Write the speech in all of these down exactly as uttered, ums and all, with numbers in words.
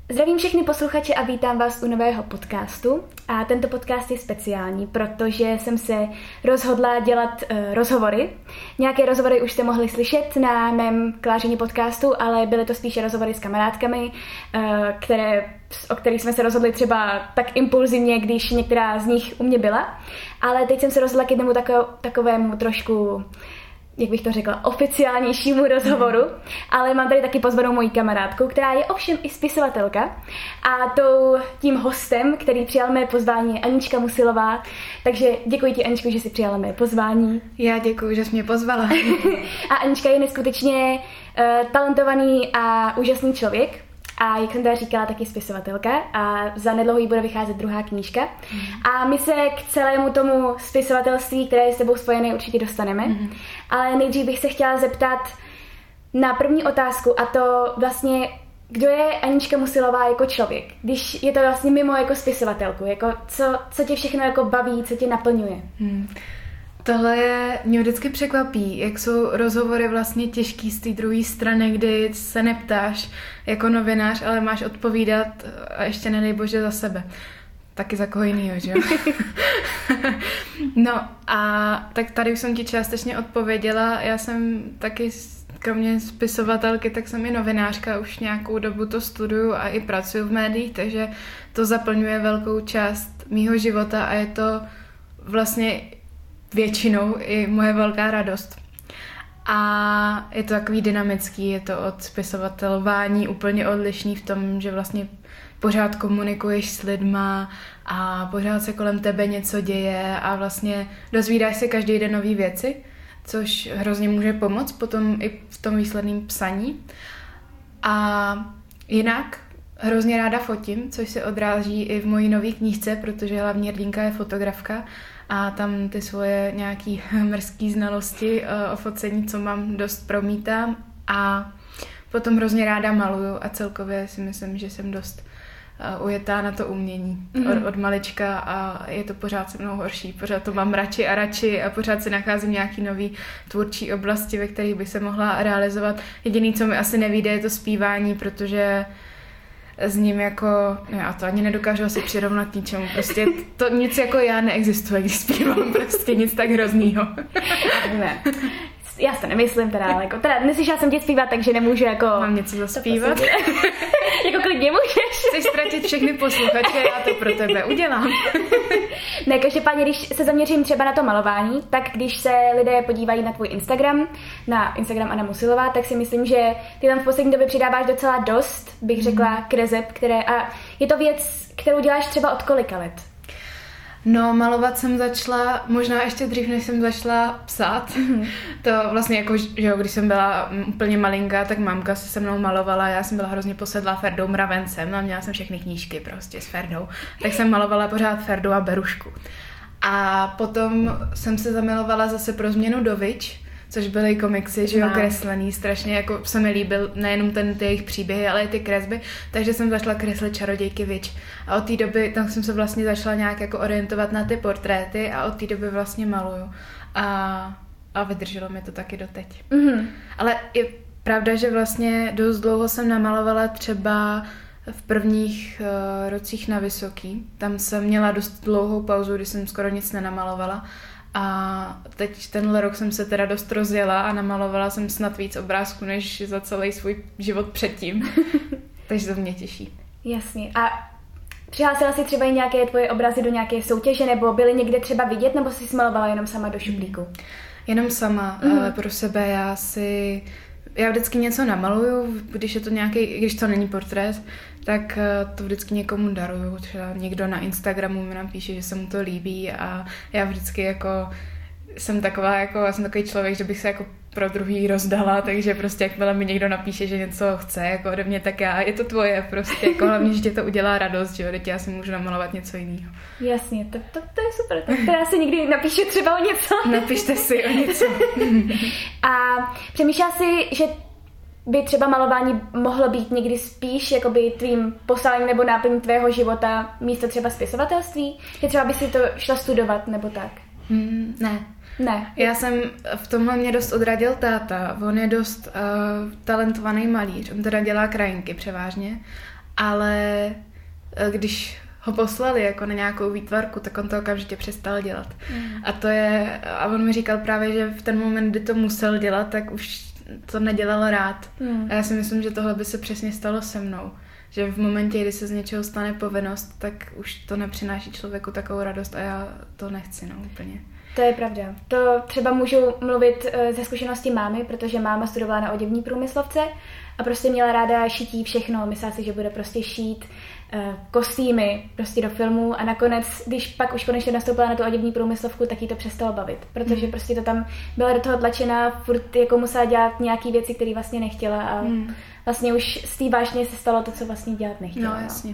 Zdravím všechny posluchače a vítám vás u nového podcastu. A tento podcast je speciální, protože jsem se rozhodla dělat uh, rozhovory. Nějaké rozhovory už jste mohli slyšet na mém Kláření podcastu, ale byly to spíše rozhovory s kamarádkami, uh, které, o kterých jsme se rozhodli třeba tak impulzivně, když některá z nich u mě byla. Ale teď jsem se rozhodla k jednomu tako, takovému trošku, jak bych to řekla, oficiálnějšímu rozhovoru, ale mám tady taky pozvanou moji kamarádku, která je ovšem i spisovatelka a tou tím hostem, který přijal mé pozvání, je Anička Musilová, takže děkuji ti, Aničko, že jsi přijala mé pozvání. Já děkuji, že jsi mě pozvala. A Anička je neskutečně uh, talentovaný a úžasný člověk. A jak jsem teda říkala, taky spisovatelka a za nedlouho jí bude vycházet druhá knížka. Mm. A my se k celému tomu spisovatelství, které je s tebou spojené, určitě dostaneme. Mm. Ale nejdřív bych se chtěla zeptat na první otázku, a to vlastně, kdo je Anička Musilová jako člověk? Když je to vlastně mimo jako spisovatelku, jako co, co tě všechno jako baví, co tě naplňuje? Mm. Tohle je, mě vždycky překvapí, jak jsou rozhovory vlastně těžký z té druhé strany, kdy se neptáš jako novinář, ale máš odpovídat a ještě nedej bože za sebe. Taky za koho jinýho, že jo? No a tak tady už jsem ti částečně odpověděla. Já jsem taky, kromě spisovatelky, tak jsem i novinářka, už nějakou dobu to studuju a i pracuji v médiích, takže to zaplňuje velkou část mýho života a je to vlastně většinou i moje velká radost. A je to takový dynamický, je to od spisovatelování úplně odlišný v tom, že vlastně pořád komunikuješ s lidma a pořád se kolem tebe něco děje a vlastně dozvídáš se každý den nový věci, což hrozně může pomoct potom i v tom výsledném psaní. A jinak hrozně ráda fotím, což se odráží i v mojí nové knížce, protože hlavní hrdinka je fotografka a tam ty svoje nějaký mrzký znalosti o focení, co mám, dost promítám a potom hrozně ráda maluju a celkově si myslím, že jsem dost ujetá na to umění mm-hmm. od, od malička a je to pořád se mnou horší. Pořád to mám radši a radši a pořád se nacházím nějaký nový tvůrčí oblasti, ve kterých bych se mohla realizovat. Jediný, co mi asi nevyjde, je to zpívání, protože s ním jako, ne, a to ani nedokážu asi přirovnat k ničemu, prostě to nic jako já neexistuje, když zpívám, prostě nic tak hroznýho. Ne, já si to nemyslím teda, ale jako, teda neslyšela jsem tě zpívat, takže nemůžu jako... Mám něco zaspívat? Jako klidně můžeš. Chceš ztratit všechny posluchače, já to pro tebe udělám. Ne, každopádně, když se zaměřím třeba na to malování, tak když se lidé podívají na tvůj Instagram, na Instagram Anna Musilová, tak si myslím, že ty tam v poslední době přidáváš docela dost, bych řekla, kreseb, které, a je to věc, kterou děláš třeba od kolika let? No, malovat jsem začala, možná ještě dřív, než jsem začala psát. Mm-hmm. To vlastně jako, že jo, když jsem byla úplně malinká, tak mamka se se mnou malovala, já jsem byla hrozně posedlá Ferdou Mravencem a měla jsem všechny knížky prostě s Ferdou. Tak jsem malovala pořád Ferdu a Berušku. A potom jsem se zamilovala zase pro změnu do Witch, což byly komiksy, že jo, kreslený, strašně jako se mi líbil nejenom ten ty jejich příběhy, ale i ty kresby, takže jsem začala kreslit čarodějky Witch. A od té doby, tam jsem se vlastně začala nějak jako orientovat na ty portréty a od té doby vlastně maluju. A, a vydrželo mi to taky doteď. Mm-hmm. Ale je pravda, že vlastně dost dlouho jsem namalovala třeba v prvních uh, rocích na Vysoký. Tam jsem měla dost dlouhou pauzu, kdy jsem skoro nic nenamalovala. A teď tenhle rok jsem se teda dost rozjela a namalovala jsem snad víc obrázků, než za celý svůj život předtím. Takže to mě těší. Jasně. A přihlásila jsi třeba i nějaké tvoje obrazy do nějaké soutěže, nebo byly někde třeba vidět, nebo jsi malovala jenom sama do šuplíku? Jenom sama, mm. ale pro sebe já si... Já vždycky něco namaluju, když je to nějaký, když to není portrét, tak to vždycky někomu daruju. Třeba někdo na Instagramu mi napíše, že se mu to líbí a já vždycky jako jsem taková, jako já jsem takový člověk, že bych se jako pro druhý rozdala, takže prostě jakmile mi někdo napíše, že něco chce jako ode mě, tak já, je to tvoje prostě, jako hlavně, že tě to udělá radost, že jo, teď já si můžu namalovat něco jiného. Jasně, to, to, to je super, tak teda si někdy napíše třeba o něco. Napište si o něco. A přemýšlela si, že by třeba malování mohlo být někdy spíš jakoby tvým posláním nebo náplní tvého života místo třeba spisovatelství? Že třeba by si to šla studovat nebo tak? Mm, ne. Ne. Já jsem, v tomhle mě dost odradil táta. On je dost uh, talentovaný malíř. On teda dělá krajinky převážně. ale když ho poslali jako na nějakou výtvarku, tak on to okamžitě přestal dělat. Mm. A to je, a on mi říkal právě, že v ten moment, kdy to musel dělat, tak už to nedělal rád. Mm. A já si myslím, že tohle by se přesně stalo se mnou. Že v momentě, kdy se z něčeho stane povinnost, tak už to nepřináší člověku takovou radost a já to nechci, no úplně. To je pravda. To třeba můžu mluvit ze zkušenosti mámy, protože máma studovala na oděvní průmyslovce a prostě měla ráda šití všechno. Myslela si, že bude prostě šít uh, kostýmy prostě do filmů a nakonec, když pak už konečně nastoupila na tu oděvní průmyslovku, tak jí to přestalo bavit, protože mm. prostě to tam byla do toho tlačená, furt jako musela dělat nějaký věci, které vlastně nechtěla a mm. vlastně už z té vášně se stalo to, co vlastně dělat nechtěla. No, jasně.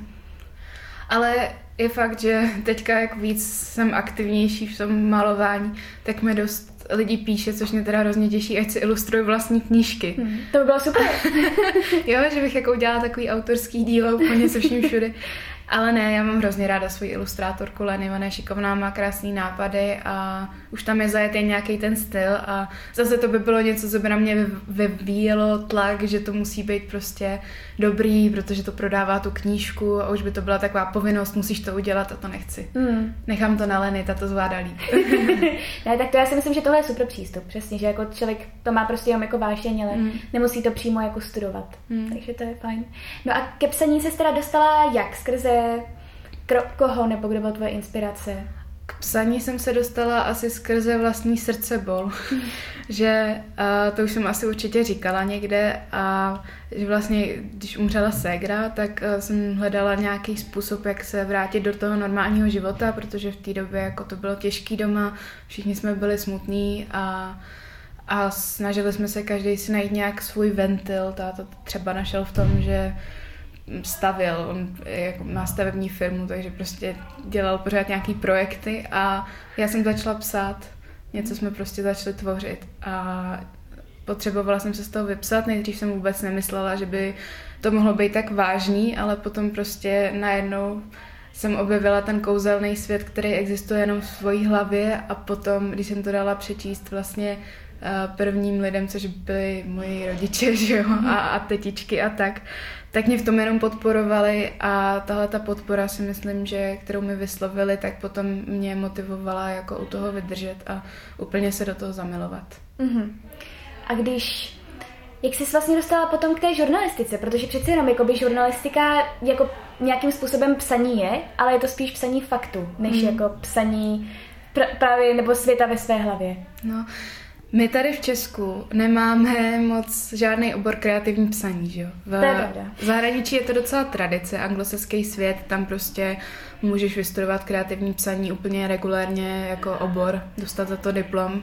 Ale je fakt, že teďka jak víc jsem aktivnější v tom malování, tak mi dost lidí píše, což mě teda hrozně těší, ať si ilustruju vlastní knížky. Hmm, to by bylo super. Jo, že bych jako udělala takový autorský dílo úplně se vším všude. Ale ne, já mám hrozně ráda svoji ilustrátorku Leny, ona je šikovná, má krásný nápady a už tam je zajetý nějaký ten styl a zase to by bylo něco, co by na mě vyvíjelo tlak, že to musí být prostě dobrý, protože to prodává tu knížku a už by to byla taková povinnost, musíš to udělat a to nechci. Hmm. Nechám to na Leny, ta to zvládá líp. Ne, tak to já si myslím, že tohle je super přístup, přesně, že jako člověk to má prostě jenom jako vášeň, ale hmm. nemusí to přímo jako studovat, hmm. takže to je fajn. No a ke psaní se teda dostala jak? Skrze Kro- koho nebo kdo byl tvoje inspirace? K psaní jsem se dostala asi skrze vlastní srdcebol, že uh, to už jsem asi určitě říkala někde a že vlastně, když umřela ségra, tak uh, jsem hledala nějaký způsob, jak se vrátit do toho normálního života, protože v té době jako to bylo těžký doma, všichni jsme byli smutní a a snažili jsme se každý si najít nějak svůj ventil. Táta třeba našel v tom, že stavěl, on jako má stavební firmu, takže prostě dělal pořád nějaký projekty a já jsem začala psát, něco jsme prostě začali tvořit a potřebovala jsem se z toho vypsat, nejdřív jsem vůbec nemyslela, že by to mohlo být tak vážný, ale potom prostě najednou jsem objevila ten kouzelný svět, který existuje jenom v svojí hlavě a potom, když jsem to dala přečíst vlastně prvním lidem, což byli moji rodiče, že jo, a, a tetičky a tak, tak mě v tom jenom podporovali a tahle ta podpora si myslím, že kterou mi vyslovili, tak potom mě motivovala jako u toho vydržet a úplně se do toho zamilovat. Mm-hmm. A když, jak jsi vlastně dostala potom k té žurnalistice, protože přeci jenom jakoby žurnalistika jako nějakým způsobem psaní je, ale je to spíš psaní faktu, než mm. jako psaní pr- právě nebo světa ve své hlavě. No, my tady v Česku nemáme moc žádný obor kreativní psaní, že jo? V zahraničí je to docela tradice, anglosaský svět, tam prostě můžeš vystudovat kreativní psaní úplně regulérně jako obor, dostat za to diplom.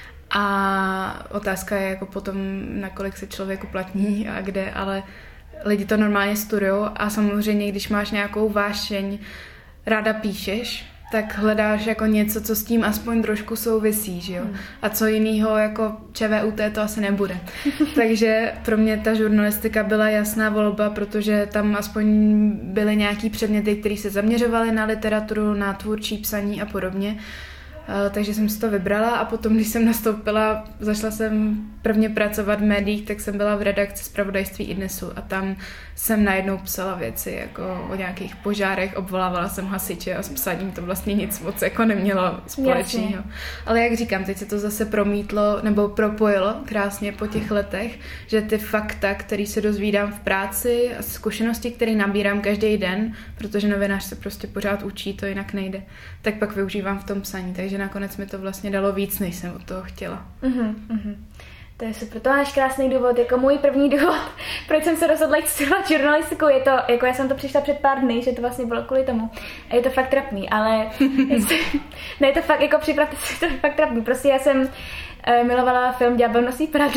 A otázka je jako potom, nakolik se člověk uplatní a kde, ale lidi to normálně studujou a samozřejmě, když máš nějakou vášeň, ráda píšeš, tak hledáš jako něco, co s tím aspoň trošku souvisí, že jo? A co jinýho jako ČVUT to asi nebude. Takže pro mě ta žurnalistika byla jasná volba, protože tam aspoň byly nějaký předměty, které se zaměřovaly na literaturu, na tvůrčí psaní a podobně. Uh, takže jsem si to vybrala a potom, když jsem nastoupila, začala jsem prvně pracovat v médiích, tak jsem byla v redakci zpravodajství iDnesu a tam jsem najednou psala věci jako o nějakých požárech, obvolávala jsem hasiče a s psaním to vlastně nic moc jako nemělo společného. Ale jak říkám, teď se to zase promítlo nebo propojilo krásně po těch letech, že ty fakta, které se dozvídám v práci a zkušenosti, které nabírám každý den, protože novinář se prostě pořád učí, to jinak nejde, tak pak využívám v tom psaní. Takže nakonec mi to vlastně dalo víc, než jsem od toho chtěla. Uh-huh, uh-huh. To je super, to máš krásný důvod, jako můj první důvod, proč jsem se rozhodla jít studovat žurnalistiku, je to, jako já jsem to přišla před pár dny, že to vlastně bylo kvůli tomu a je to fakt trapný, ale ne, je to fakt, jako připravte se, to je fakt trapný, prostě já jsem uh, milovala film Ďábel nosí Pradu.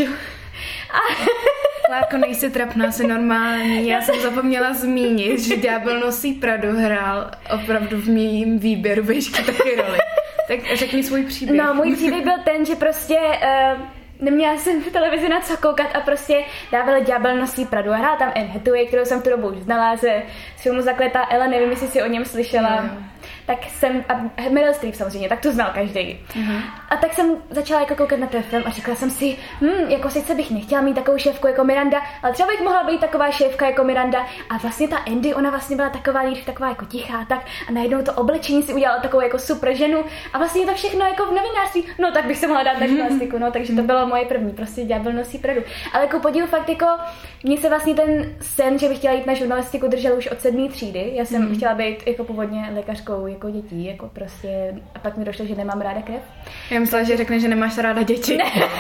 Klárko, nejsi trapná, jsi normální. Já jsem zapomněla zmínit, že Ďábel nosí Pradu hrál opravdu v mým výběru Bejšky taky roli. Tak řekni svůj příběh. No, můj příběh byl ten, že prostě uh, neměla jsem v televizi na co koukat a prostě dávali Ďábel nosí Pradu a hrál tam Anne Hathaway, kterou jsem v tu dobu už znala ze z filmu Zakletá Ela, nevím, jestli jsi o něm slyšela. Jo, jo. tak jsem, a Meryl Streep samozřejmě, tak to znal každý. Uh-huh. A tak jsem začala jako koukat na ten film a řekla jsem si, hm, jako sice bych nechtěla mít takovou šéfku jako Miranda, ale třeba bych mohla být taková šéfka jako Miranda. A vlastně ta Andy, ona vlastně byla taková lídr, taková jako tichá, tak a najednou to oblečení si udělala takovou jako super ženu a vlastně to všechno jako v novinářství, no tak bych se mohla dát na žurnalistiku, no, takže to bylo moje první, prostě ďábel nosí Pradu. Ale jako podíl fakt jako, mně se vlastně ten sen, že bych chtěla jít na žurnalistiku, držel už od sedmé třídy. Já jsem mm. chtěla být jako původně lékařkou jako dětí, jako prostě, a pak mi došlo, že nemám ráda krev. Já myslela, že řekne, že nemáš ráda děti.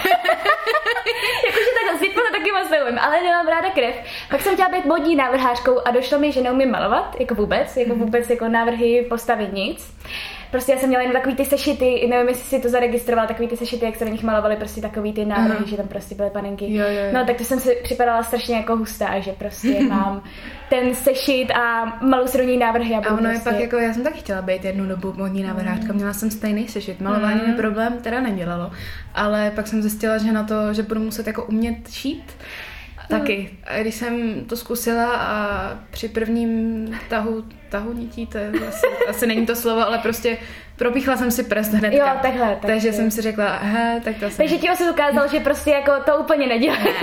Jakože tak zjitko to taky moc neumím, ale nemám ráda krev. Pak jsem chtěla být modní návrhářkou a došlo mi, že neumím malovat, jako vůbec, jako vůbec jako návrhy postavit nic. Prostě já jsem měla jen takový ty sešity, nevím, jestli si to zaregistrovala, takový ty sešity, jak se na nich malovaly prostě takový ty návrhy, uh-huh. že tam prostě byly panenky. Jo, jo, jo. No tak to jsem si připadala strašně jako hustá, že prostě mám ten sešit a malu si do něj návrhy. A ono prostě... je pak jako, já jsem taky chtěla být jednu dobu modní návrhářka, měla jsem stejný sešit, malování mi mm. problém teda nedělalo, ale pak jsem zjistila, že na to, že budu muset jako umět šít. Taky. A když jsem to zkusila a při prvním tahu, tahu nití, to je asi, asi není to slovo, ale prostě propíchla jsem si prst hnedka. Jo, takhle. Tak takže jsem si řekla, he, tak to asi... Takže ti se ukázalo, že prostě jako to úplně nedělá. Ne.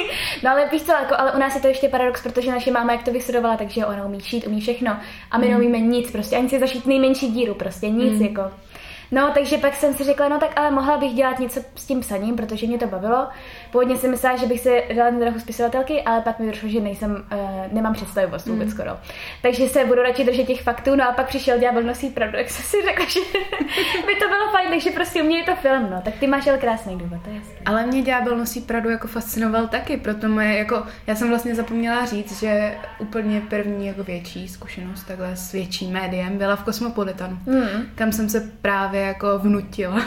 No ale víš co, jako, ale u nás je to ještě paradox, protože naše máma jak to vystudovala, takže ona umí šít, umí všechno. A my mm. neumíme nic, prostě ani si zašít nejmenší díru, prostě nic, mm. jako... No, takže pak jsem si řekla, no tak ale mohla bych dělat něco s tím psaním, protože mě to bavilo. Původně jsem myslela, že bych se dala na trochu spisovatelky, ale pak mi došlo, že nejsem, uh, nemám představivost vůbec mm. skoro. Takže se budu radši držet těch faktů, no a pak přišel Ďábel nosí Pradu, jak jsem si řekla, že by to bylo fajn, takže prostě u mě je to film, no. Tak ty máš ale krásný důvod, to je jasný. Ale mě Ďábel nosí Pradu jako fascinoval taky, proto moje, jako, já jsem vlastně zapomněla říct, že úplně první jako větší zkušenost takhle s větším médiem byla v Cosmopolitanu, mm. kam jsem se právě jako vnutila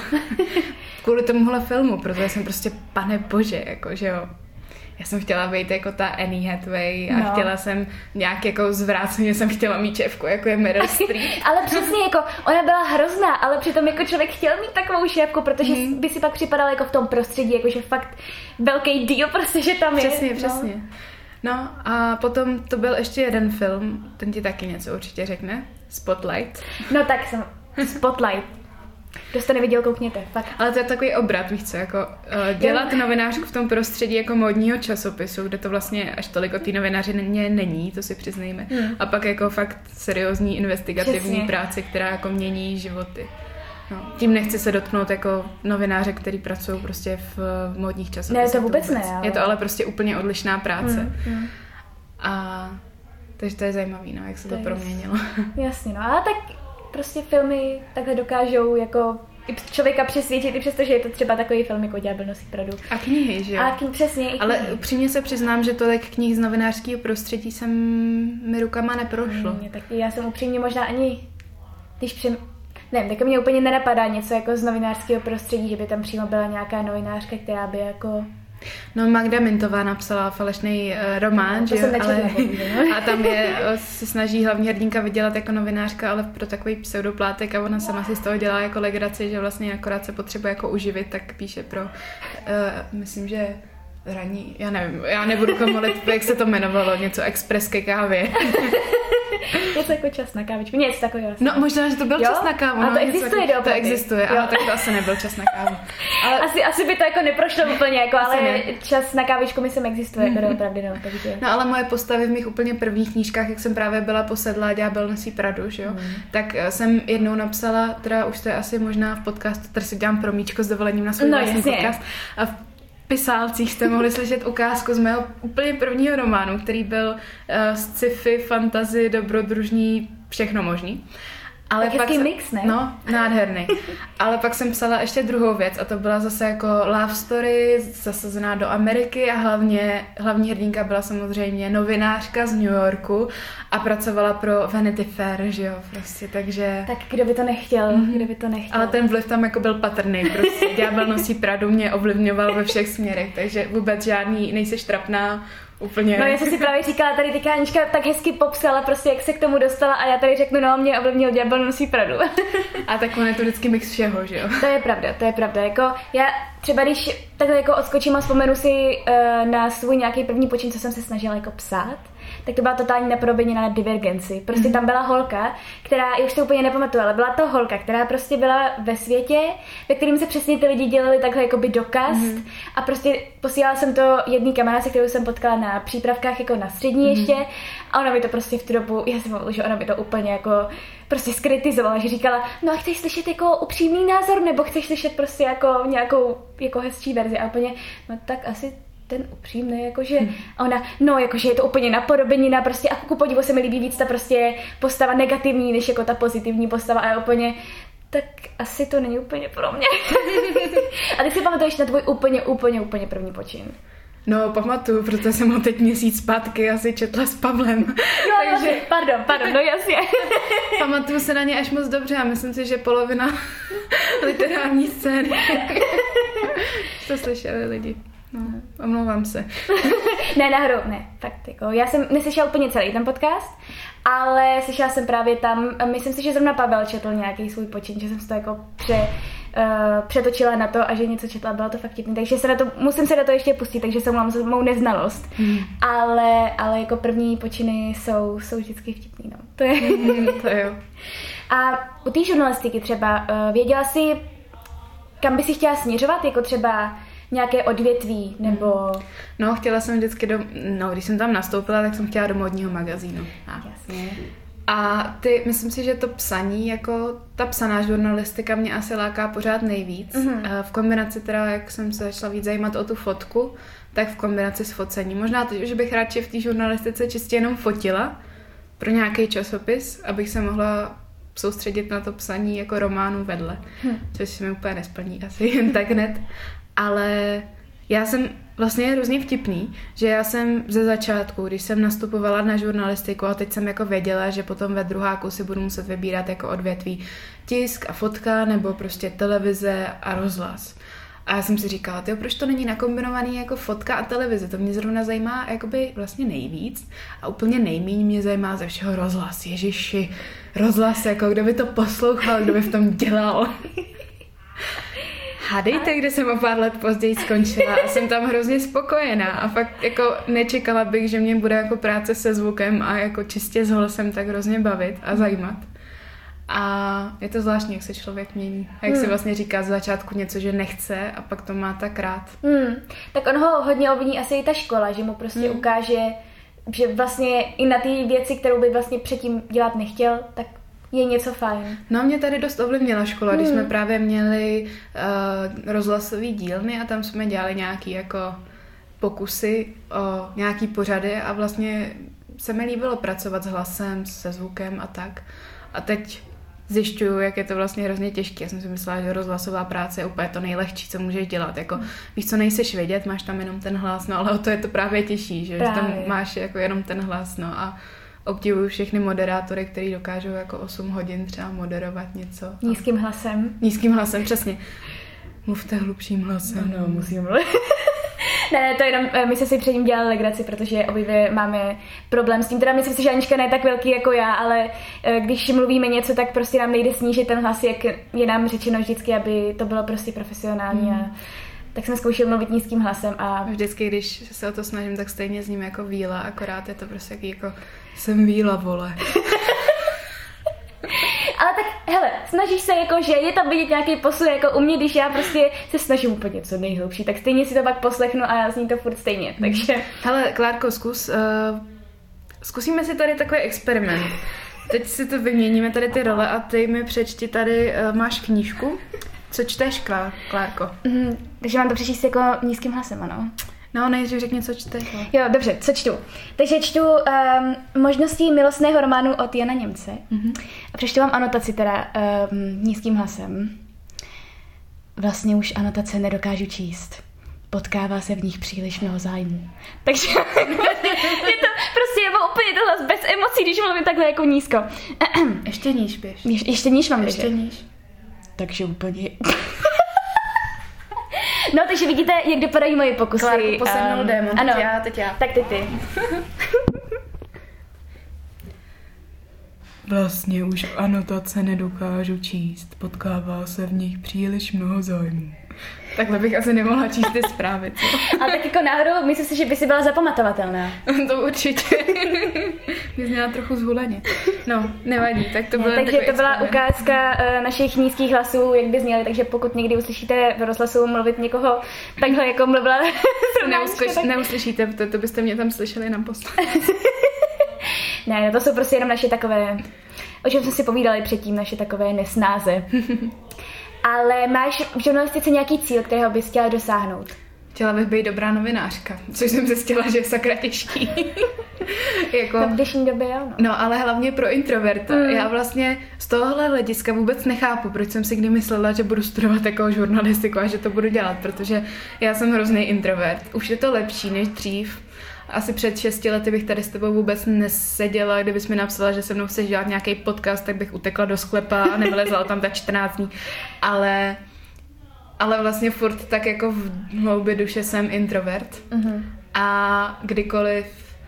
kvůli tomuhle filmu, protože jsem prostě pane bože, jako že jo. Já jsem chtěla být jako ta Annie Hathaway a no. chtěla jsem nějak jako zvráceně jsem chtěla mít šéfku, jako je Meryl Streep. Ale přesně jako, ona byla hrozná, ale přitom jako člověk chtěl mít takovou šéfku, protože mm. by si pak připadal jako v tom prostředí, jakože fakt velký deal prostě, že tam přesně, je. Přesně, přesně. No. no a potom to byl ještě jeden film, ten ti taky něco určitě řekne, Spotlight. No tak jsem, Spotlight. Kdo jste neviděl, koukněte, fakt. Ale to je takový obrat, víš co, jako uh, dělat novinářku v tom prostředí jako módního časopisu, kde to vlastně až tolik o té novinářině není, to si přiznejme. Hmm. A pak jako fakt seriózní investigativní Přesně. práci, která jako mění životy. No, tím nechci se dotknout jako novináře, který pracují prostě v, v módních časopisech. Ne, to vůbec, to vůbec ne. Ale... Je to ale prostě úplně odlišná práce. Hmm. Hmm. A takže to je zajímavý, no, jak se to, to proměnilo. Jasně, no, ale tak prostě filmy takhle dokážou jako i člověka přesvědčit, i přesto, že je to třeba takový film jako Ďábel nosí Pradu. A knihy, že jo? A knihy, přesně. I ale upřímně se přiznám, že tolik knih z novinářského prostředí jsem mi rukama neprošlo. Hmm, tak já jsem upřímně možná ani, když přem... Nevím, tak mě úplně nenapadá něco jako z novinářského prostředí, že by tam přímo byla nějaká novinářka, která by jako... No, Magda Mintová napsala falešný uh, román, no, že jo, ale no. a tam je, se snaží hlavní hrdinka vydělat jako novinářka, ale pro takový pseudoplátek a ona sama si z toho dělá jako legraci, že vlastně akorát se potřebuje jako uživit, tak píše pro, uh, myslím, že ranní, já nevím, já nebudu komolit, jak se to jmenovalo, něco Express ke kávě. Něco jako čas na kávičku, něco takového. No možná, že to byl jo? čas na kávu. A to no, existuje jako, To existuje, ale tak to asi nebyl čas na kávu. Ale... Asi, asi by to jako neprošlo úplně, jako, ale ne. Čas na kávičku myslím existuje, mm-hmm. jako opravdu, no, takže... No ale moje postavy v mých úplně prvních knížkách, jak jsem právě byla posedlá Ďábel nosí Pradu, že jo, mm. tak jsem jednou napsala, teda už to je asi možná v podcastu, tady si dělám promíčko s dovolením na svůj no, vlastní podcast. A v pisálcích jste mohli slyšet ukázku z mého úplně prvního románu, který byl uh, sci-fi, fantasy, dobrodružný, všechno možný. Ale tak pak se, mix, ne? No, nádherný. Ale pak jsem psala ještě druhou věc a to byla zase jako love story, zasazená do Ameriky a hlavně hlavní hrdinka byla samozřejmě novinářka z New Yorku a pracovala pro Vanity Fair, že jo, prostě, takže... Tak kdo by to nechtěl, mm-hmm. kdo by to nechtěl. Ale ten vliv tam jako byl patrný, prostě Ďábel nosí Pradu mě ovlivňoval ve všech směrech, takže vůbec žádný, nejseš trapná, úplně. No já jsem si právě říkala, tady teďka Anička tak hezky popsala prostě, jak se k tomu dostala a já tady řeknu, no mě ovlivnil Ďábel nosí Pradu. A tak on je to vždycky mix všeho, že jo? To je pravda, to je pravda. Jako já třeba když takhle jako odskočím a vzpomenu si uh, na svůj nějaký první počin, co jsem se snažila jako psát, tak to byla totální naprobenina na Divergenci. Prostě mm. tam byla holka, která, já už to úplně nepamatuju, ale byla to holka, která prostě byla ve světě, ve kterém se přesně ty lidi dělali takhle jakoby dokaz mm. a prostě posílala jsem to jedný kamarádce, kterou jsem potkala na přípravkách jako na střední mm. ještě a ona mi to prostě v tu dobu, já jsem že ona mi to úplně jako prostě skritizovala, že říkala, no a chceš slyšet jako upřímný názor, nebo chceš slyšet prostě jako nějakou jako hezčí verzi a úplně, no tak asi ten upřímný, jakože hmm. a ona, no jakože je to úplně napodobenina, prostě a ku podivu se mi líbí víc ta prostě postava negativní, než jako ta pozitivní postava a já úplně, tak asi to není úplně pro mě. A ty si pamatuješ na tvůj úplně, úplně, úplně první počin? No, pamatuju, protože jsem ho teď měsíc zpátky asi četla s Pavlem. No, takže... pardon, pardon, no jasně. Pamatuju se na ně až moc dobře a myslím si, že polovina literární scény. To slyšeli lidi. No, omlouvám se. Ne, náhodou, ne, fakt, jako, já jsem neslyšela úplně celý ten podcast, ale slyšela jsem právě tam, myslím si, že zrovna Pavel četl nějaký svůj počin, že jsem si to jako pře, uh, přetočila na to a že něco četla, bylo to fakt vtipný, takže se na to, musím se do toho ještě pustit, takže se mám za mou neznalost, hmm. ale, ale jako první počiny jsou, jsou vždycky vtipný, no, to je. Hmm, to jo. A u té žurnalistiky třeba, uh, věděla jsi, kam by si chtěla směřovat, jako třeba nějaké odvětví, nebo... No, chtěla jsem vždycky do... No, když jsem tam nastoupila, tak jsem chtěla do módního magazínu. A, Jasně. A ty, myslím si, že to psaní, jako ta psaná žurnalistika mě asi láká pořád nejvíc. Mm-hmm. V kombinaci teda, jak jsem se začala víc zajímat o tu fotku, tak v kombinaci s focením. Možná to, že bych radši v té žurnalistice čistě jenom fotila pro nějaký časopis, abych se mohla soustředit na to psaní jako románu vedle. Hm. Což se mi úplně nesplní asi jen tak hned. Ale já jsem vlastně hrozně vtipný, že já jsem ze začátku, když jsem nastupovala na žurnalistiku a teď jsem jako věděla, že potom ve druháku si budu muset vybírat jako odvětví tisk a fotka nebo prostě televize a rozhlas. A já jsem si říkala, tyjo, proč to není nakombinovaný jako fotka a televize? To mě zrovna zajímá jakoby vlastně nejvíc a úplně nejméně mě zajímá ze všeho rozhlas. Ježiši, rozhlas, jako kdo by to poslouchal, kdo by v tom dělal. Hádejte, kde jsem o pár let později skončila a jsem tam hrozně spokojená a fakt jako nečekala bych, že mě bude jako práce se zvukem a jako čistě s hlasem tak hrozně bavit a zajímat. A je to zvláštní, jak se člověk mění. A jak hmm. si vlastně říká z začátku něco, že nechce a pak to má tak rád. Hmm. Tak on ho hodně ovlivní asi i ta škola, že mu prostě hmm. ukáže, že vlastně i na ty věci, kterou by vlastně předtím dělat nechtěl, tak je něco fajn. No, mě tady dost ovlivnila škola, hmm. když jsme právě měli uh, rozhlasový dílny a tam jsme dělali nějaký jako pokusy o nějaký pořady a vlastně se mi líbilo pracovat s hlasem, se zvukem a tak. A teď zjišťuju, jak je to vlastně hrozně těžké. Já jsem si myslela, že rozhlasová práce je úplně to nejlehčí, co můžeš dělat. Jako, hmm. víš, co nejseš vědět, máš tam jenom ten hlas, no ale o to je to právě těžší, že, že tam máš jako jenom ten hlas, no a obdivuju všechny moderátory, kteří dokážou jako osm hodin třeba moderovat něco. Nízkým hlasem. Nízkým hlasem, přesně. Mluvte hlubším hlasem. No, no musím mluvit. Ne, ne, to jenom, my jsme si před ním dělali legraci, protože obě máme problém s tím. Teda myslím si, že Anička ne tak velký jako já, ale když mluvíme něco, tak prostě nám nejde snížit ten hlas, jak je nám řečeno vždycky, aby to bylo prostě profesionální. Hmm. A tak jsem zkoušel mluvit nízkým hlasem a... Vždycky, když se o to snažím, tak stejně zním jako víla, akorát je to prostě jaký jako jsem víla, vole. Ale tak, hele, snažíš se jako, že je tam vidět nějaký posun, jako u mě, když já prostě se snažím úplně co nejhlubší, tak stejně si to pak poslechnu a zní to furt stejně, takže... Hele, Klárko, zkus, uh, zkusíme si tady takový experiment. Teď si to vyměníme, tady ty role a ty mi přečti tady, uh, máš knížku. Co čteš, Klár, Klárko? Mm, takže mám to přečíst jako nízkým hlasem, ano. No, nejdřív řekni, co čteš. Jo, dobře, co čtu? Takže čtu um, Možnosti milostného románu od Jana Němce. Mm-hmm. A přečtu vám anotaci teda um, nízkým hlasem. Vlastně už anotace nedokážu číst. Potkává se v nich příliš mnoho zájmů. Takže je to prostě je úplně to hlas bez emocí, když mluvím takhle jako nízko. Ještě níž běž. Je, ještě níž mám Ještě níž. Takže úplně... No, takže vidíte, jak dopadají moje pokusy. Klárku, posednou um, démon. Ano, teď já, teď já. Tak ty ty. Vlastně už anotace nedokážu číst. Potkává se v nich příliš mnoho zájmů. Takhle bych asi nemohla číst ty zprávy, co? Ale tak jako náhodou, myslím si, že by si byla zapamatovatelná. To určitě. Mě zněla trochu zhuleně. No, nevadí, tak to bylo. Takže to byla ukázka uh, našich nízkých hlasů, jak by zněly, takže pokud někdy uslyšíte v rozhlasu mluvit někoho takhle, jako mluvila Neuslyš, tak... Neuslyšíte, to, to byste mě tam slyšeli naposled. Ne, no to jsou prostě jenom naše takové, o čem jsme si povídali předtím, naše takové nesnáze. Ale máš v žurnalistice nějaký cíl, kterého bys chtěla dosáhnout? Chtěla bych být dobrá novinářka, což jsem zjistila, že je sakra těžký. jako... No v dnešní době, jo. No. no, ale hlavně pro introverta. Mm. Já vlastně z tohohle hlediska vůbec nechápu, proč jsem si kdy myslela, že budu studovat jako žurnalistiku a že to budu dělat, protože já jsem hrozný introvert. Už je to lepší než dřív. Asi před šesti lety bych tady s tebou vůbec neseděla, kdybys mi napsala, že se mnou chceš dělat nějaký podcast, tak bych utekla do sklepa a nevylezla tam tak čtrnáct dní. Ale, ale vlastně furt tak jako v hloubi duše jsem introvert. Uh-huh. A kdykoliv,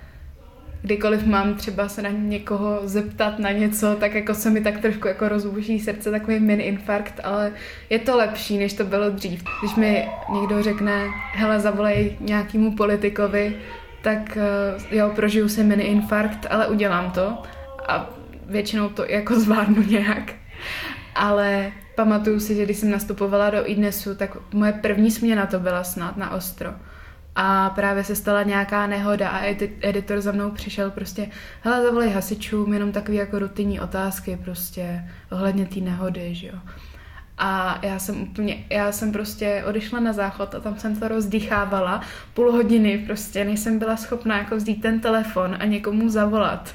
kdykoliv mám třeba se na někoho zeptat na něco, tak jako se mi tak trošku jako rozbouší srdce, takový mini infarkt, ale je to lepší, než to bylo dřív. Když mi někdo řekne, hele, zavolej nějakému politikovi, tak jo, prožiju si mini infarkt, ale udělám to a většinou to jako zvládnu nějak. Ale pamatuju si, že když jsem nastupovala do iDnesu, tak moje první směna to byla snad na ostro. A právě se stala nějaká nehoda a editor za mnou přišel prostě, hele, zavolej hasičům, jenom takový jako rutinní otázky prostě ohledně té nehody, že jo. A já jsem úplně, já jsem prostě odešla na záchod a tam jsem to rozdýchávala půl hodiny prostě, než jsem byla schopná jako vzít ten telefon a někomu zavolat.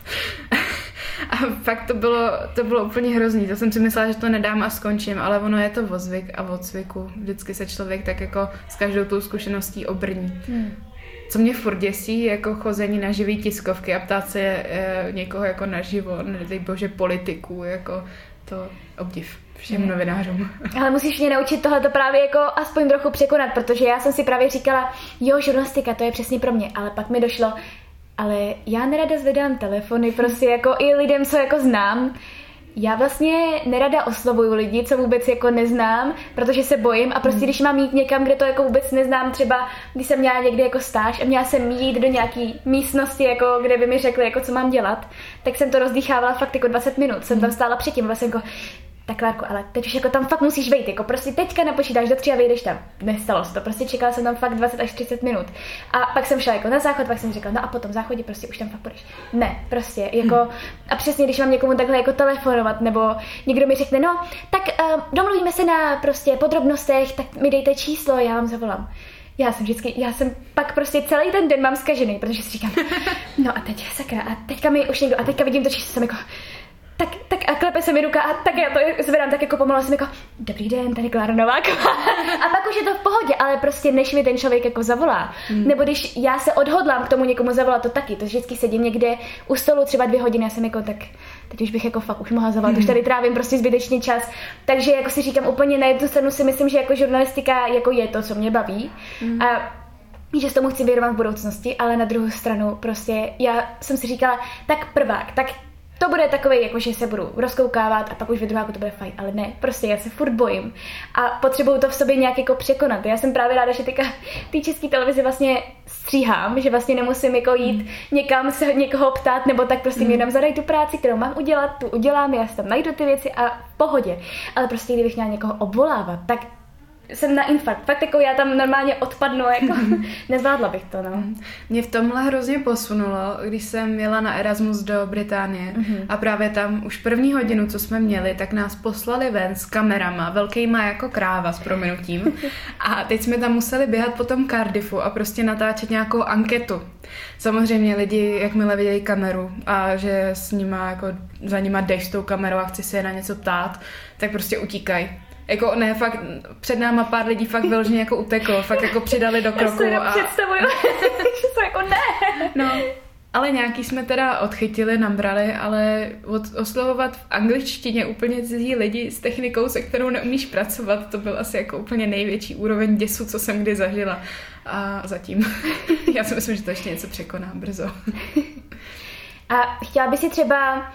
A fakt to bylo, to bylo úplně hrozný, to jsem si myslela, že to nedám a skončím, ale ono je to ozvyk a od zvyku. Vždycky se člověk tak jako s každou tou zkušeností obrní. Hmm. Co mě furt děsí, jako chození na živý tiskovky a ptát se e, někoho jako naživo, nedej bože politiků, jako to obdiv všem hmm. novinářům. Ale musíš mě naučit tohleto právě jako aspoň trochu překonat, protože já jsem si právě říkala, jo, žurnalistika, to je přesně pro mě, ale pak mi došlo, ale já nerada zvedám telefony, prostě jako i lidem, co jako znám. Já vlastně nerada oslovuju lidi, co vůbec jako neznám, protože se bojím a prostě když mám jít někam, kde to jako vůbec neznám, třeba když jsem měla někdy jako stáž a měla jsem jít do nějaký místnosti, jako kde by mi řekli, jako co mám dělat, tak jsem to rozdýchávala fakt jako dvacet minut, jsem tam stála předtím, vlastně jako tak Klárko, ale teď už jako tam fakt musíš vejít, jako prostě teďka napočítáš do tří a vyjdeš tam. Nestalo se to, prostě čekala jsem tam fakt dvacet až třicet minut. A pak jsem šla jako na záchod, pak jsem řekla, no a potom záchodě prostě už tam fakt půjdeš. Ne, prostě, jako hmm. a přesně, když mám někomu takhle jako telefonovat, nebo někdo mi řekne, no, tak uh, domluvíme se na prostě podrobnostech, tak mi dejte číslo, já vám zavolám. Já jsem vždycky, já jsem pak prostě celý ten den mám zkažený, protože si říkám, no a teď sakra, a teďka mi už někdo, a teďka vidím to číslo, jsem jako, Tak, tak a klepe se mi ruka a tak já to zvedám tak jako pomalu, jsem jako, dobrý den, tady Klára Nováková. A pak už je to v pohodě, ale prostě než mi ten člověk jako zavolá. Hmm. Nebo když já se odhodlám k tomu někomu zavolat, to taky, to vždycky sedím někde u stolu třeba dvě hodiny, já jsem jako tak, teď už bych jako fakt už mohla zavolat, hmm. už tady trávím prostě zbytečný čas. Takže jako si říkám úplně na jednu stranu si myslím, že jako žurnalistika jako je to, co mě baví. Hmm. A že s tomu chci věnovat v budoucnosti, ale na druhou stranu prostě já jsem si říkala, tak prvák, tak to bude takový, jako že se budu rozkoukávat a pak už ve druháku to bude fajn, ale ne, prostě já se furt bojím a potřebuju to v sobě nějak jako překonat. Já jsem právě ráda, že teďka té české televizi vlastně stříhám, že vlastně nemusím jako jít mm. někam se někoho ptát, nebo tak prostě mm. mě tam zadají tu práci, kterou mám udělat, tu udělám, já si tam najdu ty věci a v pohodě. Ale prostě kdybych měla někoho obvolávat, tak jsem na infarkt. Fakt jako já tam normálně odpadnu, jako nezvládla bych to, no. Mě v tomhle hrozně posunulo, když jsem jela na Erasmus do Británie mm-hmm. a právě tam už první hodinu, co jsme měli, tak nás poslali ven s kamerama, velkýma jako kráva s prominutím. A teď jsme tam museli běhat po tom Cardiffu a prostě natáčet nějakou anketu. Samozřejmě lidi, jakmile vidějí kameru a že s nima, jako za nima jdeš s tou kamerou a chci se je na něco ptát, tak prostě utíkají. Jako ne, fakt před náma pár lidí fakt vyloženě jako uteklo, fakt jako přidali do kroku. Já si a... představuju, že to jako ne. No, ale nějaký jsme teda odchytili, nabrali, ale od, oslovovat v angličtině úplně cizí lidi s technikou, se kterou neumíš pracovat, to byl asi jako úplně největší úroveň děsu, co jsem kdy zažila. A zatím. Já si myslím, že to ještě něco překoná brzo. A chtěla by si třeba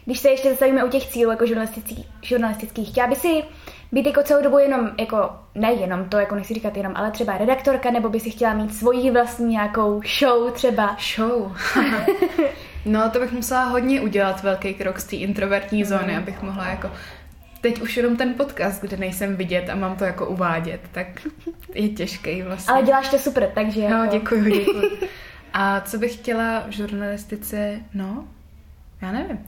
když se ještě zastavíme u těch cílů jako žurnalistických, žurnalistických, chtěla by si být jako celou dobu jenom, jako nejenom to, jako nechci říkat jenom, ale třeba redaktorka, nebo by si chtěla mít svoji vlastní nějakou show třeba? Show? No, to bych musela hodně udělat velký krok z té introvertní zóny, mm. abych mohla jako... Teď už jenom ten podcast, kde nejsem vidět a mám to jako uvádět, tak je těžký vlastně. Ale děláš to super, takže jako... No, děkuju, děkuju. A co bych chtěla v žurnalistice? No, já nevím.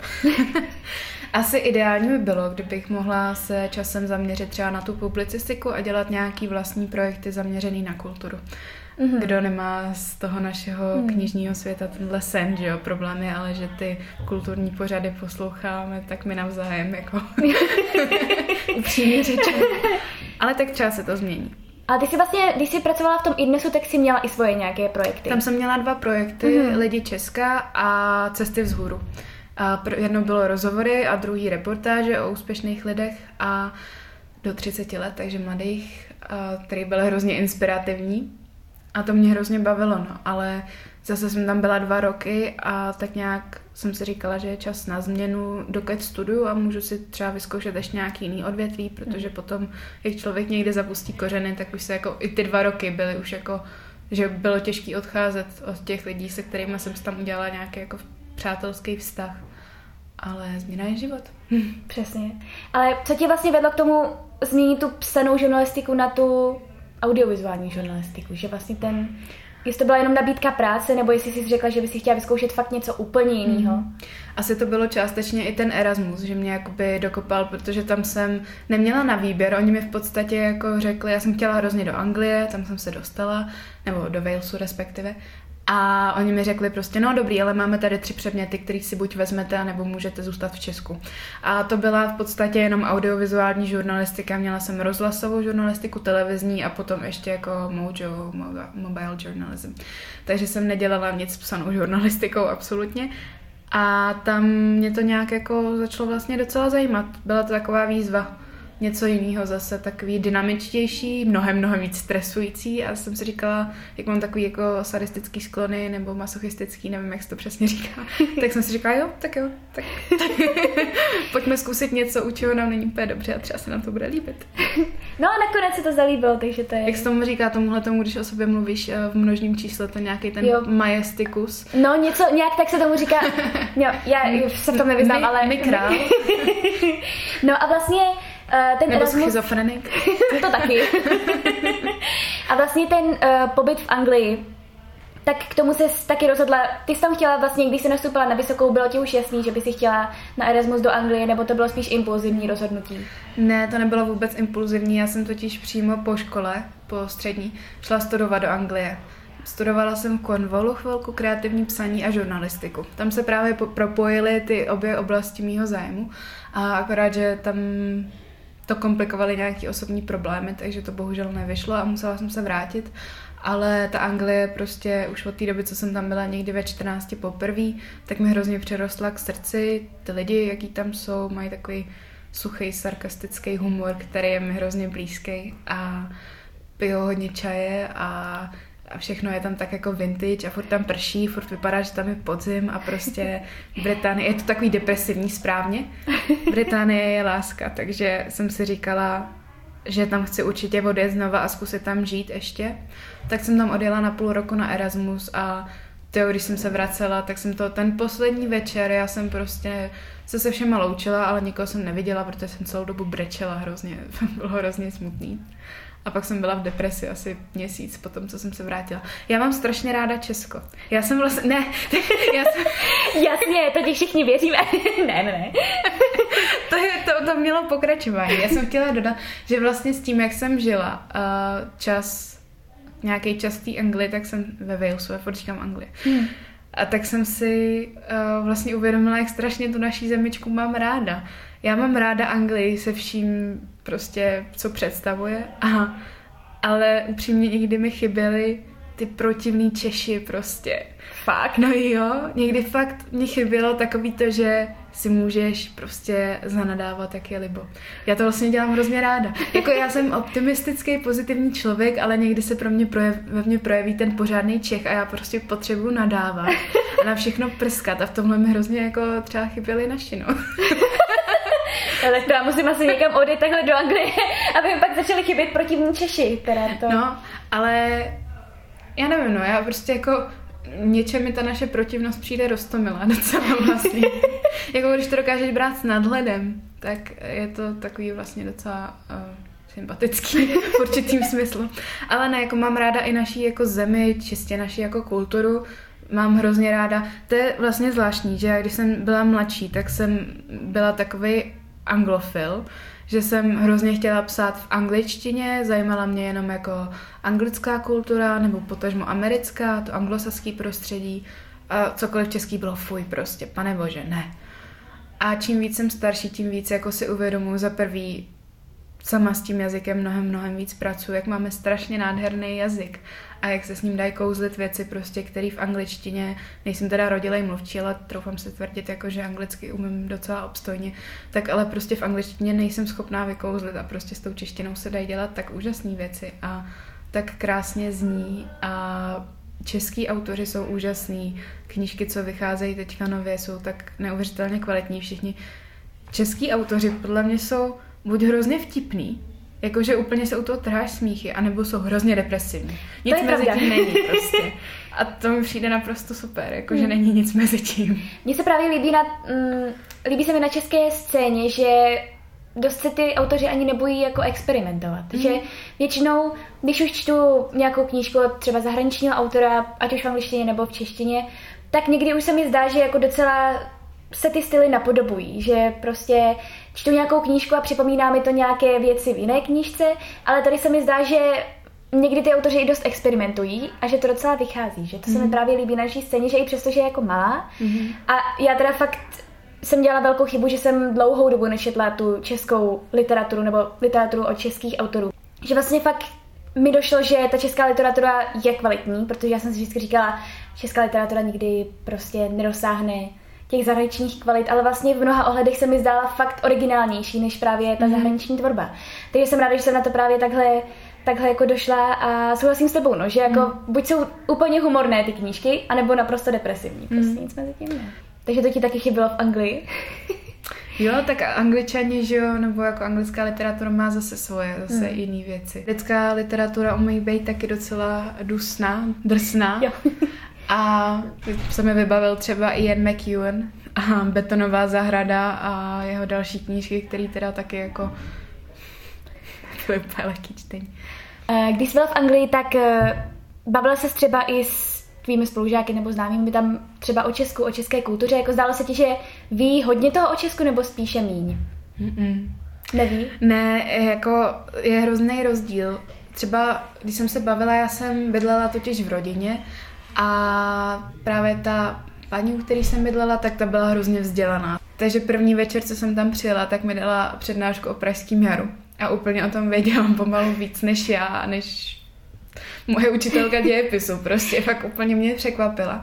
Asi ideální by bylo, kdybych mohla se časem zaměřit třeba na tu publicistiku a dělat nějaký vlastní projekty zaměřený na kulturu. Mm-hmm. Kdo nemá z toho našeho mm. knižního světa tenhle sen, že jo, problém je, ale že ty kulturní pořady posloucháme, tak my navzájem jako upřímně řečeno. Ale tak třeba se to změní. Ale ty jsi vlastně, když jsi pracovala v tom iDnesu, tak jsi měla i svoje nějaké projekty. Tam jsem měla dva projekty, mm-hmm. Lidi Česka a Cesty vzhůru. A jedno bylo rozhovory a druhý reportáže o úspěšných lidech a do třiceti let, takže mladých, který byl hrozně inspirativní. A to mě hrozně bavilo, no, ale zase jsem tam byla dva roky a tak nějak jsem si říkala, že je čas na změnu, dokud studuju a můžu si třeba vyzkoušet ještě nějaký jiný odvětví, protože mm. potom, jak člověk někde zapustí kořeny, tak už se jako i ty dva roky byly už jako, že bylo těžké odcházet od těch lidí, se kterými jsem tam udělala nějaký jako přátelský vztah. Ale změna je život. Přesně. Ale co tě vlastně vedlo k tomu změnit tu psanou žurnalistiku na tu audiovizuální žurnalistiku, že vlastně ten, jestli to byla jenom nabídka práce, nebo jestli jsi řekla, že by si chtěla vyzkoušet fakt něco úplně jiného. Mm. Asi to bylo částečně i ten Erasmus, že mě jakoby dokopal, protože tam jsem neměla na výběr, oni mi v podstatě jako řekli, já jsem chtěla hrozně do Anglie, tam jsem se dostala, nebo do Walesu respektive, a oni mi řekli prostě, no dobrý, ale máme tady tři předměty, který si buď vezmete, nebo můžete zůstat v Česku. A to byla v podstatě jenom audiovizuální žurnalistika. Měla jsem rozhlasovou žurnalistiku, televizní a potom ještě jako Mojo, mobile journalism. Takže jsem nedělala nic s psanou žurnalistikou absolutně. A tam mě to nějak jako začalo vlastně docela zajímat. Byla to taková výzva. Něco jiného zase, takový dynamičtější, mnohem, mnohem víc stresující a jsem si říkala, jak mám takový jako sadistický sklony nebo masochistický, nevím, jak se to přesně říká, tak jsem si říkala, jo, tak jo, tak, tak. Pojďme zkusit něco, u čeho nám není úplně dobře a třeba se nám to bude líbit. No a nakonec se to zalíbilo, takže to je... Jak se tomu říká tomuhle tomu, když o sobě mluvíš v množném čísle, to nějaký ten jo. Majestikus. No něco, nějak tak se tomu říká, jo, já se v tom nevyznám, my, ale... My král. No a vlastně ten nebo Erasmus... schizofrenik. To taky. A vlastně ten uh, pobyt v Anglii, tak k tomu se taky rozhodla, ty jsi tam chtěla vlastně, když jsi nastoupila na vysokou, bylo ti už jasný, že by si chtěla na Erasmus do Anglie, nebo to bylo spíš impulzivní rozhodnutí? Ne, to nebylo vůbec impulzivní, já jsem totiž přímo po škole, po střední, šla studovat do Anglie. Studovala jsem v Cornwallu chvilku kreativní psaní a žurnalistiku. Tam se právě propojily ty obě oblasti mýho zájmu a akorát, že tam to komplikovaly nějaké osobní problémy, takže to bohužel nevyšlo a musela jsem se vrátit. Ale ta Anglie prostě už od té doby, co jsem tam byla někdy ve čtrnácti poprvé, tak mi hrozně přirostla k srdci. Ty lidi, jaký tam jsou, mají takový suchý, sarkastický humor, který je mi hrozně blízký a pijou hodně čaje a a všechno je tam tak jako vintage a furt tam prší, furt vypadá, že tam je podzim a prostě Británie, je to takový depresivní správně. Británie je láska, takže jsem si říkala, že tam chci určitě odjet znova a zkusit tam žít ještě. Tak jsem tam odjela na půl roku na Erasmus a tyjo, když jsem se vracela, tak jsem to ten poslední večer, já jsem prostě se se všema loučila, ale nikoho jsem neviděla, protože jsem celou dobu brečela hrozně, bylo hrozně smutný. A pak jsem byla v depresi asi měsíc po tom, co jsem se vrátila. Já mám strašně ráda Česko. Já jsem vlastně... Ne. Já jsem... Jasně, to ti všichni věříme. ne, ne, ne. to, je, to, to mělo pokračování. Já jsem chtěla dodat, že vlastně s tím, jak jsem žila uh, čas, nějaký čas v té Anglii, tak jsem ve Walesu, já furt říkám Anglie. Hmm. A tak jsem si uh, vlastně uvědomila, jak strašně tu naší zemičku mám ráda. Já mám ráda Anglii se vším prostě, co představuje, aha, ale upřímně někdy mi chyběly ty protivný Češi prostě. Fakt? No jo, někdy fakt mi chybělo takový to, že si můžeš prostě zanadávat, jak je libo. Já to vlastně dělám hrozně ráda. Jako já jsem optimistický, pozitivní člověk, ale někdy se pro mě projev, ve mně projeví ten pořádný Čech a já prostě potřebuji nadávat. a na všechno prskat a v tomhle mi hrozně jako třeba chyběly naši, no. Ale já musím asi někam odejít takhle do Anglie, aby mi pak začaly chybět protivní Češi, teda to. No, ale já nevím, no, já prostě jako něčem mi ta naše protivnost přijde roztomilá docela vlastně. Jako když to dokážeš brát s nadhledem, tak je to takový vlastně docela uh, sympatický v určitým smyslu. Ale ne, jako mám ráda i naší jako zemi, čistě naši jako kulturu, mám hrozně ráda. To je vlastně zvláštní, že já když jsem byla mladší, tak jsem byla takovej anglofil, že jsem hrozně chtěla psát v angličtině, zajímala mě jenom jako anglická kultura nebo potažmo americká, to anglosaský prostředí a cokoliv český bylo fuj prostě, pane bože, ne. A čím víc jsem starší, tím víc jako si uvědomuji za prvý, sama s tím jazykem mnohem, mnohem víc pracuji, jak máme strašně nádherný jazyk a jak se s ním dají kouzlit věci prostě, které v angličtině, nejsem teda rodilej mluvčí, ale troufám se tvrdit, jako, že anglicky umím docela obstojně, tak ale prostě v angličtině nejsem schopná vykouzlit a prostě s tou češtinou se dají dělat tak úžasné věci a tak krásně zní a český autoři jsou úžasný, knížky, co vycházejí teďka nově, jsou tak neuvěřitelně kvalitní, všichni český autoři podle mě jsou buď hrozně vtipný, jakože úplně se u toho trháš smíchy, anebo jsou hrozně depresivní. Nic mezi tím není prostě. A to mi přijde naprosto super, jakože hmm. není nic mezi tím. Mně se právě líbí, na, mm, líbí se mi na české scéně, že dost se ty autoři ani nebojí jako experimentovat. Hmm. Že většinou, když už čtu nějakou knížku od třeba zahraničního autora, ať už v angličtině nebo v češtině, tak někdy už se mi zdá, že jako docela se ty styly napodobují, že prostě čtu nějakou knížku a připomíná mi to nějaké věci v jiné knížce, ale tady se mi zdá, že někdy ty autoři i dost experimentují a že to docela vychází, že to mm. se mi právě líbí na naší scéně, že i přesto, že je jako malá mm. a já teda fakt jsem dělala velkou chybu, že jsem dlouhou dobu nečetla tu českou literaturu nebo literaturu od českých autorů. Že vlastně fakt mi došlo, že ta česká literatura je kvalitní, protože já jsem si vždycky říkala, česká literatura nikdy prostě nedosáhne těch zahraničních kvalit, ale vlastně v mnoha ohledech se mi zdála fakt originálnější než právě ta mm. zahraniční tvorba. Takže jsem ráda, že jsem na to právě takhle, takhle jako došla a souhlasím s tebou, no, že jako mm. buď jsou úplně humorné ty knížky, anebo naprosto depresivní. Prostě mm. nic mezi tím ne. Takže to ti taky chybělo v Anglii. Jo, tak Angličani, že jo, nebo jako anglická literatura má zase svoje, zase mm. jiné věci. Britská literatura umí být taky docela dusná, drsná. Jo. A se mi vybavil třeba Ian McEwan a Betonová zahrada a jeho další knížky, které teda taky jako byly úplně lehký čtení. Když jsi byla v Anglii, tak bavila ses třeba i s tvými spolužáky nebo známými tam třeba o Česku, o české kultuře? Jako zdálo se ti, že ví hodně toho o Česku nebo spíše míň? Mm-mm. Neví? Ne, jako je hrozný rozdíl. Třeba, když jsem se bavila, já jsem bydlela totiž v rodině a právě ta paní, u který jsem bydlela, tak ta byla hrozně vzdělaná. Takže první večer, co jsem tam přijela, tak mi dala přednášku o Pražském jaru. A úplně o tom věděla pomalu víc než já, než moje učitelka dějepisu. Prostě fakt úplně mě překvapila.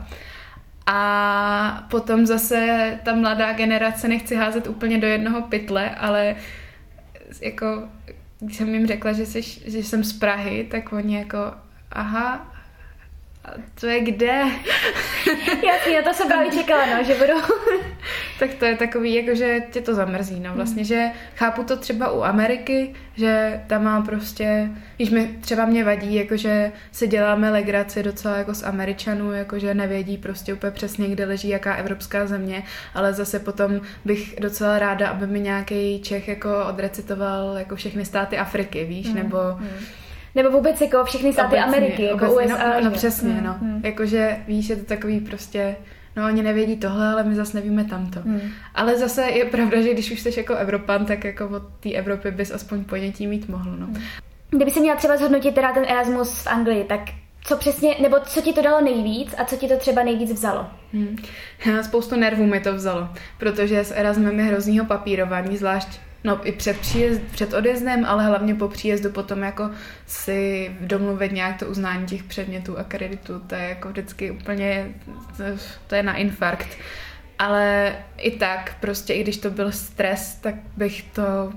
A potom zase ta mladá generace, nechci házet úplně do jednoho pytle, ale jako, když jsem jim řekla, že, jsi, že jsem z Prahy, tak oni jako, aha, to je kde? Jasně, já to jsem právě čekala, no, že budu. Tak to je takový, jakože tě to zamrzí, no vlastně, že chápu to třeba u Ameriky, že tam má prostě, když mi třeba mě vadí, jakože se děláme legraci docela jako z Američanů, jakože nevědí prostě úplně přesně, kde leží jaká evropská země, ale zase potom bych docela ráda, aby mi nějaký Čech jako odrecitoval jako všechny státy Afriky, víš, mm, nebo mm. Nebo vůbec jako všechny státy obecně, Ameriky, jako obecně, U S A. No, no přesně, hmm, no. Hmm. Jakože víš, je to takový prostě, no oni nevědí tohle, ale my zase nevíme tamto. Hmm. Ale zase je pravda, že když už jsi jako Evropan, tak jako od té Evropy bys aspoň ponětí mít mohl, no. Hmm. Kdyby si měla třeba zhodnotit teda ten Erasmus v Anglii, tak co přesně, nebo co ti to dalo nejvíc a co ti to třeba nejvíc vzalo? Hmm. Spoustu nervů mi to vzalo, protože s Erasmem je hroznýho papírování, zvlášť no i před, příjezd, před odjezdem, ale hlavně po příjezdu potom jako si domluvit nějak to uznání těch předmětů a kreditů, to je jako vždycky úplně, to, to je na infarkt. Ale i tak prostě, i když to byl stres, tak bych to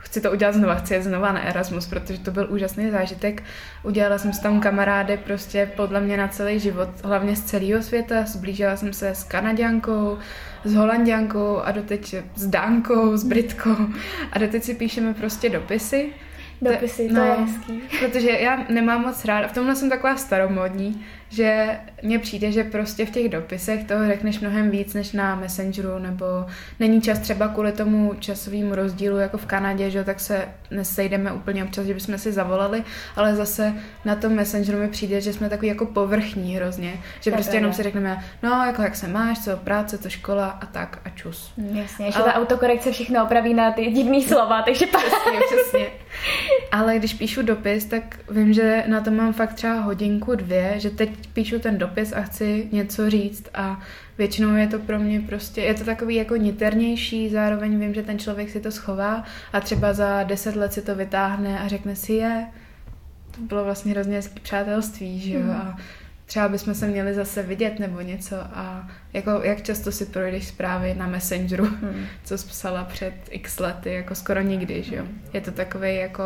chci to udělat znova, chci jet znova na Erasmus, protože to byl úžasný zážitek. Udělala jsem s tam kamarády prostě podle mě na celý život, hlavně z celého světa. Zblížila jsem se s Kanaďankou, s Holanďankou a doteď s Dánkou, s Britkou a doteď si píšeme prostě dopisy. Dopisy, to, to no, je hezký. Protože já nemám moc ráda, v tomhle jsem taková staromódní, že mně přijde, že prostě v těch dopisech toho řekneš mnohem víc než na Messengeru, nebo není čas třeba kvůli tomu časovému rozdílu jako v Kanadě, že tak se nesejdeme úplně občas, že bychom si zavolali, ale zase na tom Messengeru mi přijde, že jsme takový jako povrchní hrozně, že tak prostě je. jenom si řekneme, no jako jak se máš, co práce, co škola a tak a čus. Jasně, že ale... ta autokorekce všechno opraví na ty divný slova, takže přesně, přesně. Ale když píšu dopis, tak vím, že na to mám fakt třeba hodinku, dvě, že teď píšu ten dopis a chci něco říct a většinou je to pro mě prostě, je to takový jako niternější, zároveň vím, že ten člověk si to schová a třeba za deset let si to vytáhne a řekne si je, to bylo vlastně hrozně hezký přátelství, že jo, mm. a třeba bychom se měli zase vidět nebo něco a jako jak často si projdeš zprávy na Messengeru, mm. co jsi psala před x lety, jako skoro nikdy, že jo. Je to takovej jako,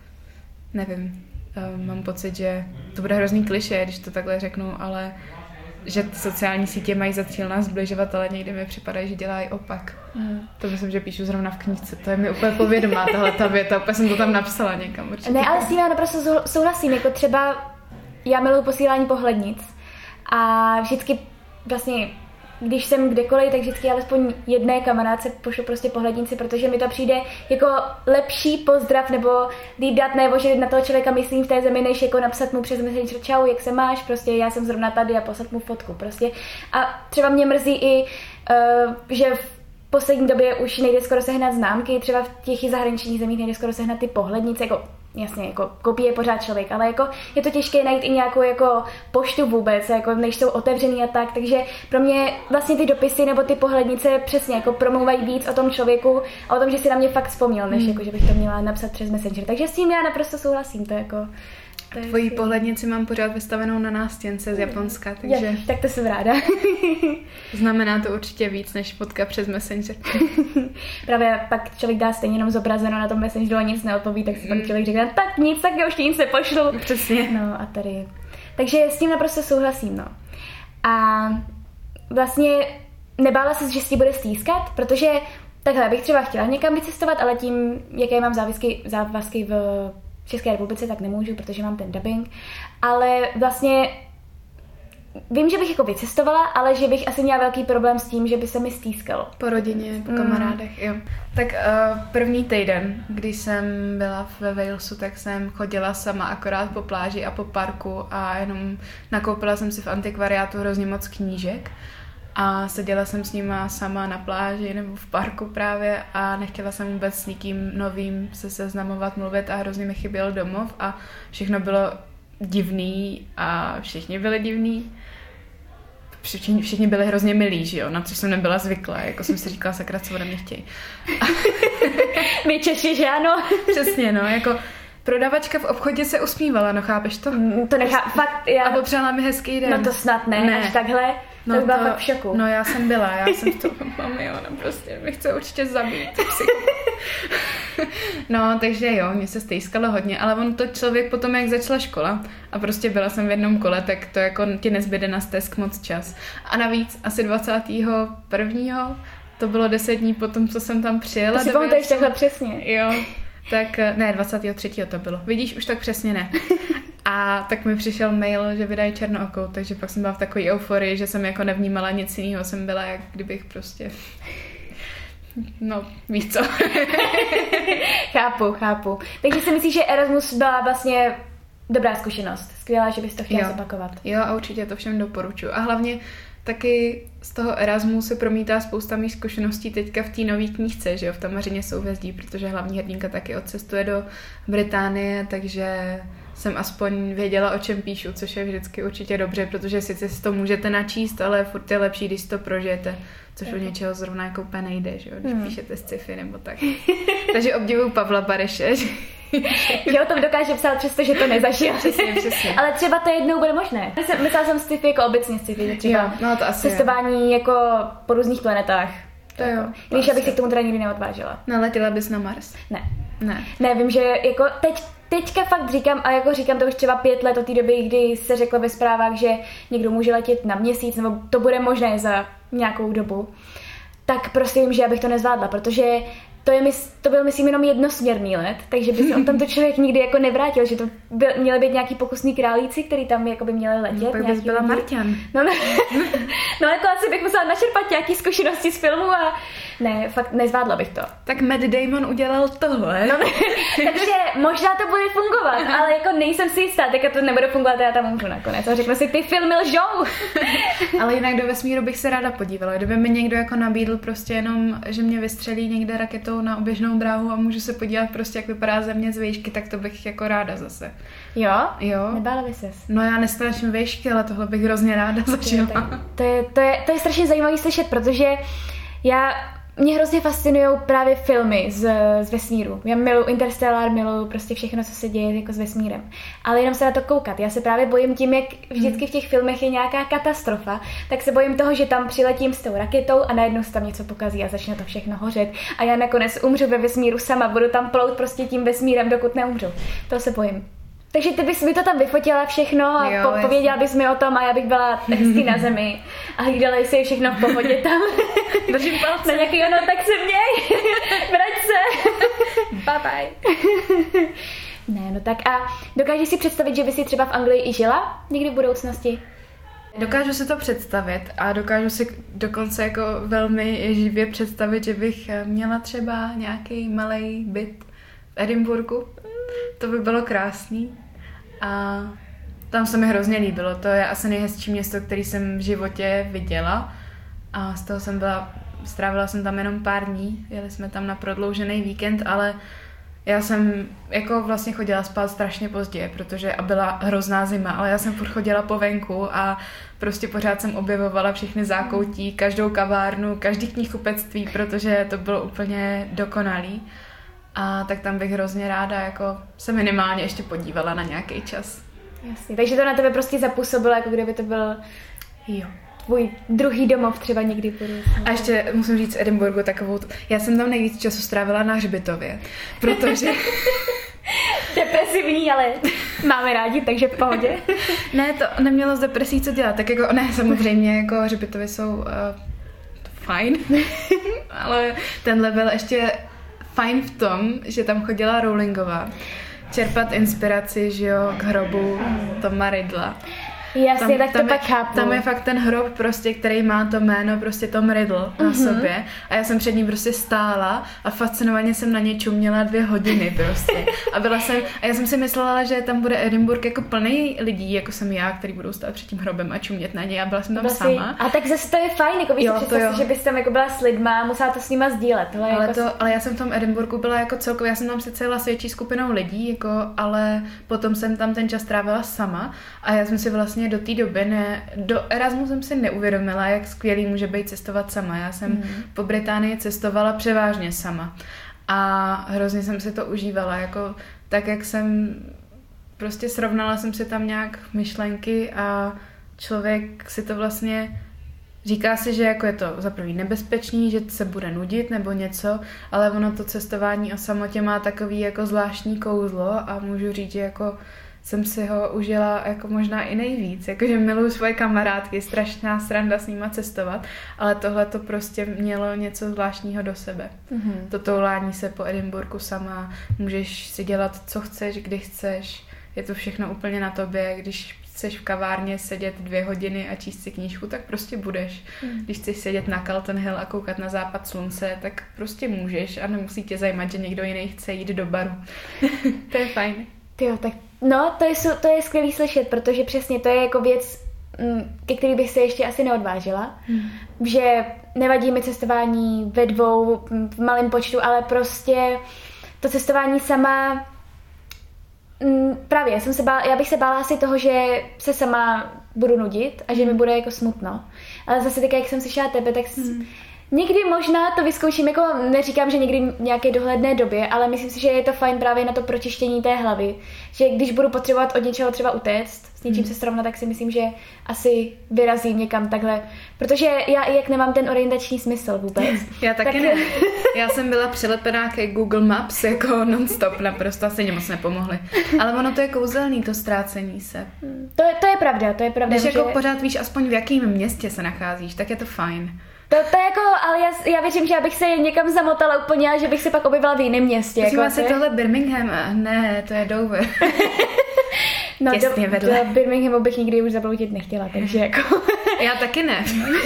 nevím, um, mám pocit, že to bude hrozný klišé, když to takhle řeknu, ale že sociální sítě mají za cíl nás zbližovat, ale někdy mi připadají, že dělají opak. Mm. To myslím, že píšu zrovna v knížce, to je mi úplně povědomá tahle ta věta, úplně jsem to tam napsala někam určitě. Ne, ale s tím já naprosto souhlasím, jako třeba já miluji posílání pohlednic a vždycky vlastně, když jsem kdekoliv, tak vždycky alespoň jedné kamarádce pošlu prostě pohlednici, protože mi to přijde jako lepší pozdrav nebo líp dát najevo, že na toho člověka myslím v té zemi, než jako napsat mu přes Messenger čau, jak se máš, prostě já jsem zrovna tady a poslat mu fotku prostě. A třeba mě mrzí i, uh, že v poslední době už nejde skoro sehnat známky, třeba v těch zahraničních zemích nejde skoro sehnat ty pohlednice, jako jasně, jako kopie pořád člověk, ale jako je to těžké najít i nějakou jako poštu vůbec, jako než jsou otevřený a tak, takže pro mě vlastně ty dopisy nebo ty pohlednice přesně jako promluvají víc o tom člověku a o tom, že si na mě fakt vzpomněl, než mm. jako, že bych to měla napsat přes Messenger. Takže s tím já naprosto souhlasím, to jako... To Tvojí pohlednici mám pořád vystavenou na nástěnce z Japonska, takže... Je, tak to jsem ráda. Znamená to určitě víc, než fotka přes Messenger. Právě pak člověk dá stejně jenom zobrazeno na tom Messengeru a nic neodpoví, tak si pak člověk řekne, tak nic, tak já už nic nepošlu. Přesně. No a tady... Takže s tím naprosto souhlasím, no. A vlastně nebála se, že si bude stýskat, protože takhle bych třeba chtěla někam vycestovat, ale tím, jaké mám závazky, závazky v České republice, tak nemůžu, protože mám ten dubbing, ale vlastně vím, že bych jako vycestovala, ale že bych asi měla velký problém s tím, že by se mi stýskalo. Po rodině, po kamarádech, mm. jo. Tak uh, první týden, když jsem byla ve Walesu, tak jsem chodila sama akorát po pláži a po parku a jenom nakoupila jsem si v antikvariátu hrozně moc knížek a seděla jsem s nima sama na pláži nebo v parku právě a nechtěla jsem vůbec s nikým novým se seznamovat, mluvit a hrozně mi chyběl domov a všechno bylo divný a všichni byli divný. Všichni, všichni byli hrozně milí, že jo, na co jsem nebyla zvyklá, jako jsem si říkala, sakra, co ode mě chtějí. My Češi, že ano? Přesně, no, jako prodavačka v obchodě se usmívala, no chápeš to? Mm, to nechá, fakt, já... A popřála mi hezký den. No to snad ne, ne. Až takhle, no to byla to, fakt v šoku. No já jsem byla, já jsem to, mami, ona prostě mě chce určitě zabít. No, takže jo, mě se stejskalo hodně, ale on to člověk potom, jak začala škola a prostě byla jsem v jednom kole, tak to jako ti nezbyde na stesk moc čas. A navíc asi dvacátého prvního to bylo deset dní potom, co jsem tam přijela. To si pamatuješ takhle přesně. Jo, tak ne, dvacátého třetího to bylo. Vidíš, už tak přesně ne. A tak mi přišel mail, že vydají Černookou, takže pak jsem byla v takové euforii, že jsem jako nevnímala nic jiného, jsem byla jak kdybych prostě... No, víš co. Chápu, chápu. Takže si myslíš, že Erasmus byla vlastně dobrá zkušenost. Skvělá, že bys to chtěla zopakovat. Jo, a určitě to všem doporučuji. A hlavně taky z toho Erasmu se promítá spousta mých zkušeností teďka v té nové knížce, že jo, v Tamařině souhvězdí, protože hlavní hrdinka taky odcestuje do Británie, takže jsem aspoň věděla, o čem píšu, což je vždycky určitě dobře, protože sice si to můžete načíst, ale furt je lepší, když si to prožijete, což u něčeho zrovna jako úplně nejde, že jo, když hmm. píšete sci-fi nebo tak. Takže obdivuju Pavla Bareše. Že o tom dokáže psát přesto, že to nezažil. Přesně, přesně. Ale třeba to jednou bude možné. Myslela jsem sci-fi jako obecně sci-fi, třeba jo, no to asi cestování je. Jako po různých planetách. To jo. Víš, abych se k tomu teda nikdy neodvážila. Naletěla bys na Mars? Ne. Ne. Ne, vím, že jako teď, teďka fakt říkám, a jako říkám to už třeba pět let od té doby, kdy se řeklo ve zprávách, že někdo může letět na měsíc, nebo to bude možné za nějakou dobu, tak prostě vím, že já bych to nezvládla, protože to, je, to byl, myslím, jenom jednosměrný let, takže by se on tam to člověk nikdy jako nevrátil, že to byl, měly být nějaký pokusní králíci, který tam jako by měli letět. No, pak bys byla lidi. Marťan. No, ne, no jako asi bych musela načerpat nějaký zkušenosti z filmu a ne, fakt nezvládla bych to. Tak Matt Damon udělal tohle. No, takže možná to bude fungovat, ale jako nejsem si jistá, teďka to nebude fungovat, já tam umřu nakonec a řeknu si, ty filmy lžou. Ale jinak do vesmíru bych se ráda podívala, kdyby mi někdo jako nabídl prostě jenom, že mě vystřelí někde raketou na oběžnou dráhu a můžu se podívat prostě, jak vypadá země z výšky, tak to bych jako ráda zase. Jo? Jo. Nebála by ses? No já nesnáším výšky, ale tohle bych hrozně ráda zažila. To je, to, je, to je strašně zajímavý slyšet, protože já mě hrozně fascinují právě filmy z, z vesmíru. Já miluji Interstellar, miluji prostě všechno, co se děje jako s vesmírem. Ale jenom se na to koukat. Já se právě bojím tím, jak vždycky v těch filmech je nějaká katastrofa, tak se bojím toho, že tam přiletím s tou raketou a najednou se tam něco pokazí a začne to všechno hořet. A já nakonec umřu ve vesmíru sama, budu tam plout prostě tím vesmírem, dokud neumřu. To se bojím. Takže ty bys mi to tam vyfotila všechno a jo, po- pověděla bys mi o tom a já bych byla hezky na zemi a hlídala si je všechno v pohodě tam. Držím palce. Na nějaký ono, tak se měj, vrať se. Bye bye. Ne, no tak a dokážeš si představit, že by si třeba v Anglii i žila někdy v budoucnosti? Dokážu si to představit a dokážu si dokonce jako velmi živě představit, že bych měla třeba nějaký malej byt v Edinburghu. To by bylo krásný a tam se mi hrozně líbilo. To je asi nejhezčí město, který jsem v životě viděla a z toho jsem byla, strávila jsem tam jenom pár dní, jeli jsme tam na prodloužený víkend, ale já jsem jako vlastně chodila spát strašně pozdě, protože a byla hrozná zima, ale já jsem furt chodila po venku a prostě pořád jsem objevovala všechny zákoutí, každou kavárnu, každý knihkupectví, protože to bylo úplně dokonalý. A tak tam bych hrozně ráda jako se minimálně ještě podívala na nějaký čas. Jasně, takže to na tebe prostě zapůsobilo, jako kdyby to byl jo. tvůj druhý domov třeba někdy budoucnu. A ještě musím říct Edinburghu takovou, já jsem tam nejvíc času strávila na hřbitově, protože... Depresivní, ale máme rádi, takže v pohodě. Ne, to nemělo s depresí co dělat, tak jako ne, samozřejmě jako hřbitovy jsou uh, fajn, ale tenhle byl ještě fajn v tom, že tam chodila Rowlingová čerpat inspiraci, že jo, k hrobu Toma Riddla. Jasně, tak to tam pak je, chápu. Tam je fakt ten hrob prostě, který má to jméno prostě Tom Riddle na mm-hmm. sobě a já jsem před ním prostě stála a fascinovaně jsem na něj čuměla dvě hodiny prostě a byla jsem, a já jsem si myslela, že tam bude Edinburgh jako plný lidí, jako jsem já, který budou stát před tím hrobem a čumět na něj a byla jsem tam Vlastně, sama. a tak zase to je fajn, jako víš, představ si, že bys tam jako byla s lidma, musela to s nima sdílet. Ale, jako to, ale já jsem v tom Edinburghu byla jako celkově, já jsem tam sice jela s větší skupinou lidí, jako, ale potom jsem tam ten čas trávila sama a já jsem si vlastně do té doby ne, do Erasmu jsem si neuvědomila, jak skvělý může být cestovat sama. Já jsem mm. po Británii cestovala převážně sama a hrozně jsem si to užívala, jako tak, jak jsem prostě srovnala jsem si tam nějak myšlenky a člověk si to vlastně říká si, že jako je to za první nebezpečný, že se bude nudit nebo něco, ale ono to cestování o samotě má takový jako zvláštní kouzlo a můžu říct, že jako jsem si ho užila jako možná i nejvíc, jakože miluji svoje kamarádky, strašná sranda s nima cestovat, ale tohle to prostě mělo něco zvláštního do sebe. Mm-hmm. To toulání se po Edinburghu sama, můžeš si dělat, co chceš, kdy chceš, je to všechno úplně na tobě, když chceš v kavárně sedět dvě hodiny a číst si knížku, tak prostě budeš. Mm. Když chceš sedět na Calton Hill a koukat na západ slunce, tak prostě můžeš a nemusí tě zajímat, že někdo jiný chce jít do baru. To je fajn. Tyjo, tak no, to je, to je skvělý slyšet, protože přesně to je jako věc, ke který bych se ještě asi neodvážila, hmm. že nevadí mi cestování ve dvou, v malém počtu, ale prostě to cestování sama, právě, jsem se bála, já bych se bála asi toho, že se sama budu nudit a že mi bude jako smutno. Ale zase tak, jak jsem slyšela tebe, tak hmm. Někdy možná to vyzkouším, jako neříkám, že někdy v nějaké dohledné době, ale myslím si, že je to fajn právě na to pročištění té hlavy. Že když budu potřebovat od něčeho třeba utéct, s něčím hmm. se srovnat, tak si myslím, že asi vyrazím někam takhle. Protože já i jak nemám ten orientační smysl vůbec. Já taky tak... ne. Já jsem byla přilepená ke Google Maps jako non-stop naprosto, asi mě moc nepomohly. Ale ono to je kouzelný, to ztrácení se. To je, to je pravda, to je pravda. Když že... jako pořád víš aspoň v jakém městě se nacházíš, tak je to fajn. To, to je jako, ale já, já věřím, že abych se někam zamotala úplně a že bych se pak objevila v jiném městě. Jako asi je... tohle Birmingham? Ne, to je Dover. No do, do Birminghamu bych nikdy už zabloutit nechtěla, takže jako... Já taky ne.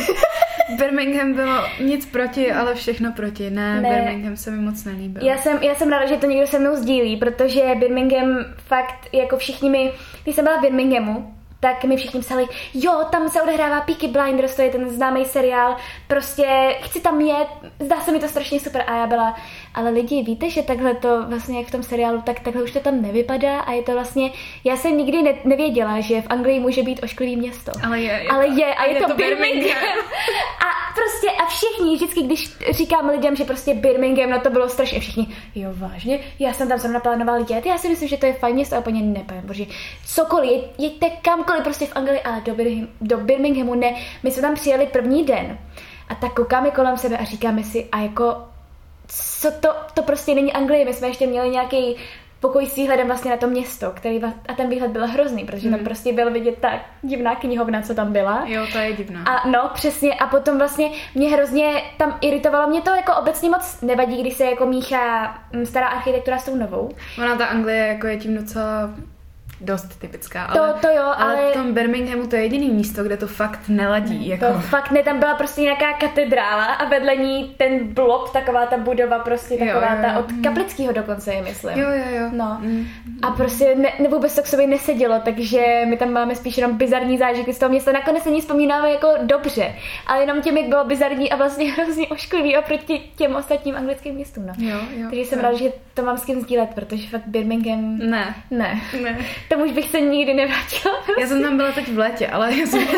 Birmingham bylo nic proti, ale všechno proti. Ne, ne. Birmingham se mi moc nelíbil. Já jsem, já jsem ráda, že to někdo se mnou sdílí, protože Birmingham fakt, jako všichni mi, když jsem byla v Birminghamu, tak mi všichni psali, jo, tam se odehrává Peaky Blinders, to je ten známý seriál, prostě chci tam jet, zdá se mi to strašně super. A já byla, ale lidi, víte, že takhle to vlastně jak v tom seriálu, tak takhle už to tam nevypadá a je to vlastně, já jsem nikdy ne, nevěděla, že v Anglii může být ošklivý město. Ale je, je ale je a je, je to, to Birmingham. Birmingham. A prostě a všichni, vždycky, když říkám lidem, že prostě Birmingham, no to bylo strašně, všichni, jo vážně, já jsem tam zrovna plánoval jet, já si myslím, že to je fajn město a úplně nepevím, protože cokoliv, je, jeďte kamkoliv prostě v Anglii, ale do, Birmingham, do Birminghamu ne. My jsme tam přijeli první den a tak koukáme kolem sebe a říkáme si, a jako, co to, to prostě není Anglie, my jsme ještě měli nějaký pokoj s výhledem vlastně na to město, který a ten výhled byl hrozný, protože hmm. tam prostě byl vidět ta divná knihovna, co tam byla. Jo, to je divná. A no, přesně, a potom vlastně mě hrozně tam iritovalo, mě to jako obecně moc nevadí, když se jako míchá stará architektura s tou novou. Ona ta Anglie jako je tím docela dost typická, ale, to, to jo, ale, ale v tom Birminghamu to je jediný místo, kde to fakt neladí. Jako. To fakt ne, tam byla prostě nějaká katedrála a vedle ní ten blob, taková ta budova prostě taková jo, jo, jo. ta od Kaplického dokonce je, myslím. Jo, jo, jo. No. Mm. A prostě ne, ne, vůbec to k sobě nesedělo, takže my tam máme spíš jenom bizarní zážitky z toho města. Nakonec se ní vzpomínáme jako dobře, ale jenom tím, jak bylo bizarní a vlastně hrozně ošklivý oproti těm ostatním anglickým městům. No. Jo, jo, takže jsem jo. ráda, že to mám s kým sdílet, protože fakt Birmingham... Ne. Ne. Ne. Tam už bych se nikdy nevrátila. Prostě. Já jsem tam byla teď v létě, ale já jsem,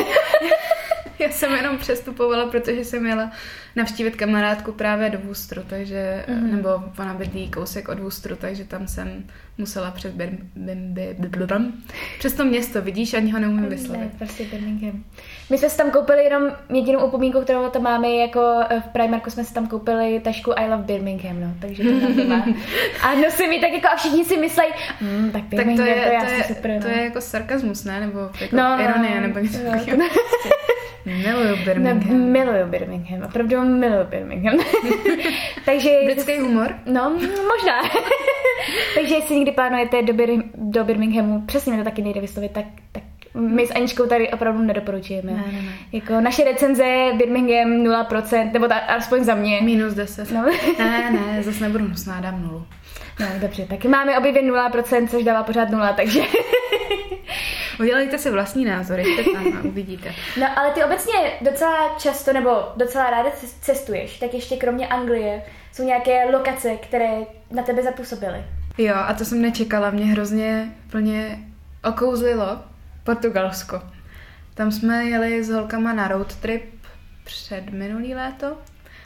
já jsem jenom přestupovala, protože jsem měla navštívit kamarádku právě do Worcesteru, takže, mm-hmm. nebo ona bydlí kousek od Worcesteru, takže tam jsem musela přes bir, bir, bir, bir, bir, přes to město, vidíš, ani ho neumím vyslovit. Ne, prostě Birmingham. My jsme si tam koupili jenom jedinou upomínku, kterou tam máme, jako v Primarku jsme si tam koupili tašku I love Birmingham, no, takže to tam doma. A nosím mi tak jako a všichni si myslejí, hm, tak Birmingham, tak to je, to je, to je super, no. To je jako sarkazmus, ne? Nebo jako no, ironie, nebo něco no, takového. Miluju Birmingham. Ne, miluju Birmingham, opravdu miluju Birmingham. Takže... Britský humor? No, možná. Takže jestli někdy plánujete do, Bir- do Birminghamu, přesně mi to taky nejde vyslovit, tak, tak my s Aničkou tady opravdu nedoporučujeme. Ne, ne, ne. Jako naše recenze Birmingham nula procent, nebo ta, aspoň za mě. Minus deset. No. Ne, ne, zase nebudu hnusná, dám nulu. No, dobře, taky máme obě nula procent, což dává pořád nula, takže... Udělejte si vlastní názory, tam a uvidíte. No, ale ty obecně docela často, nebo docela ráda cestuješ, tak ještě kromě Anglie jsou nějaké lokace, které na tebe zapůsobily. Jo, a to jsem nečekala, mě hrozně plně okouzlilo Portugalsko. Tam jsme jeli s holkama na road trip před minulý léto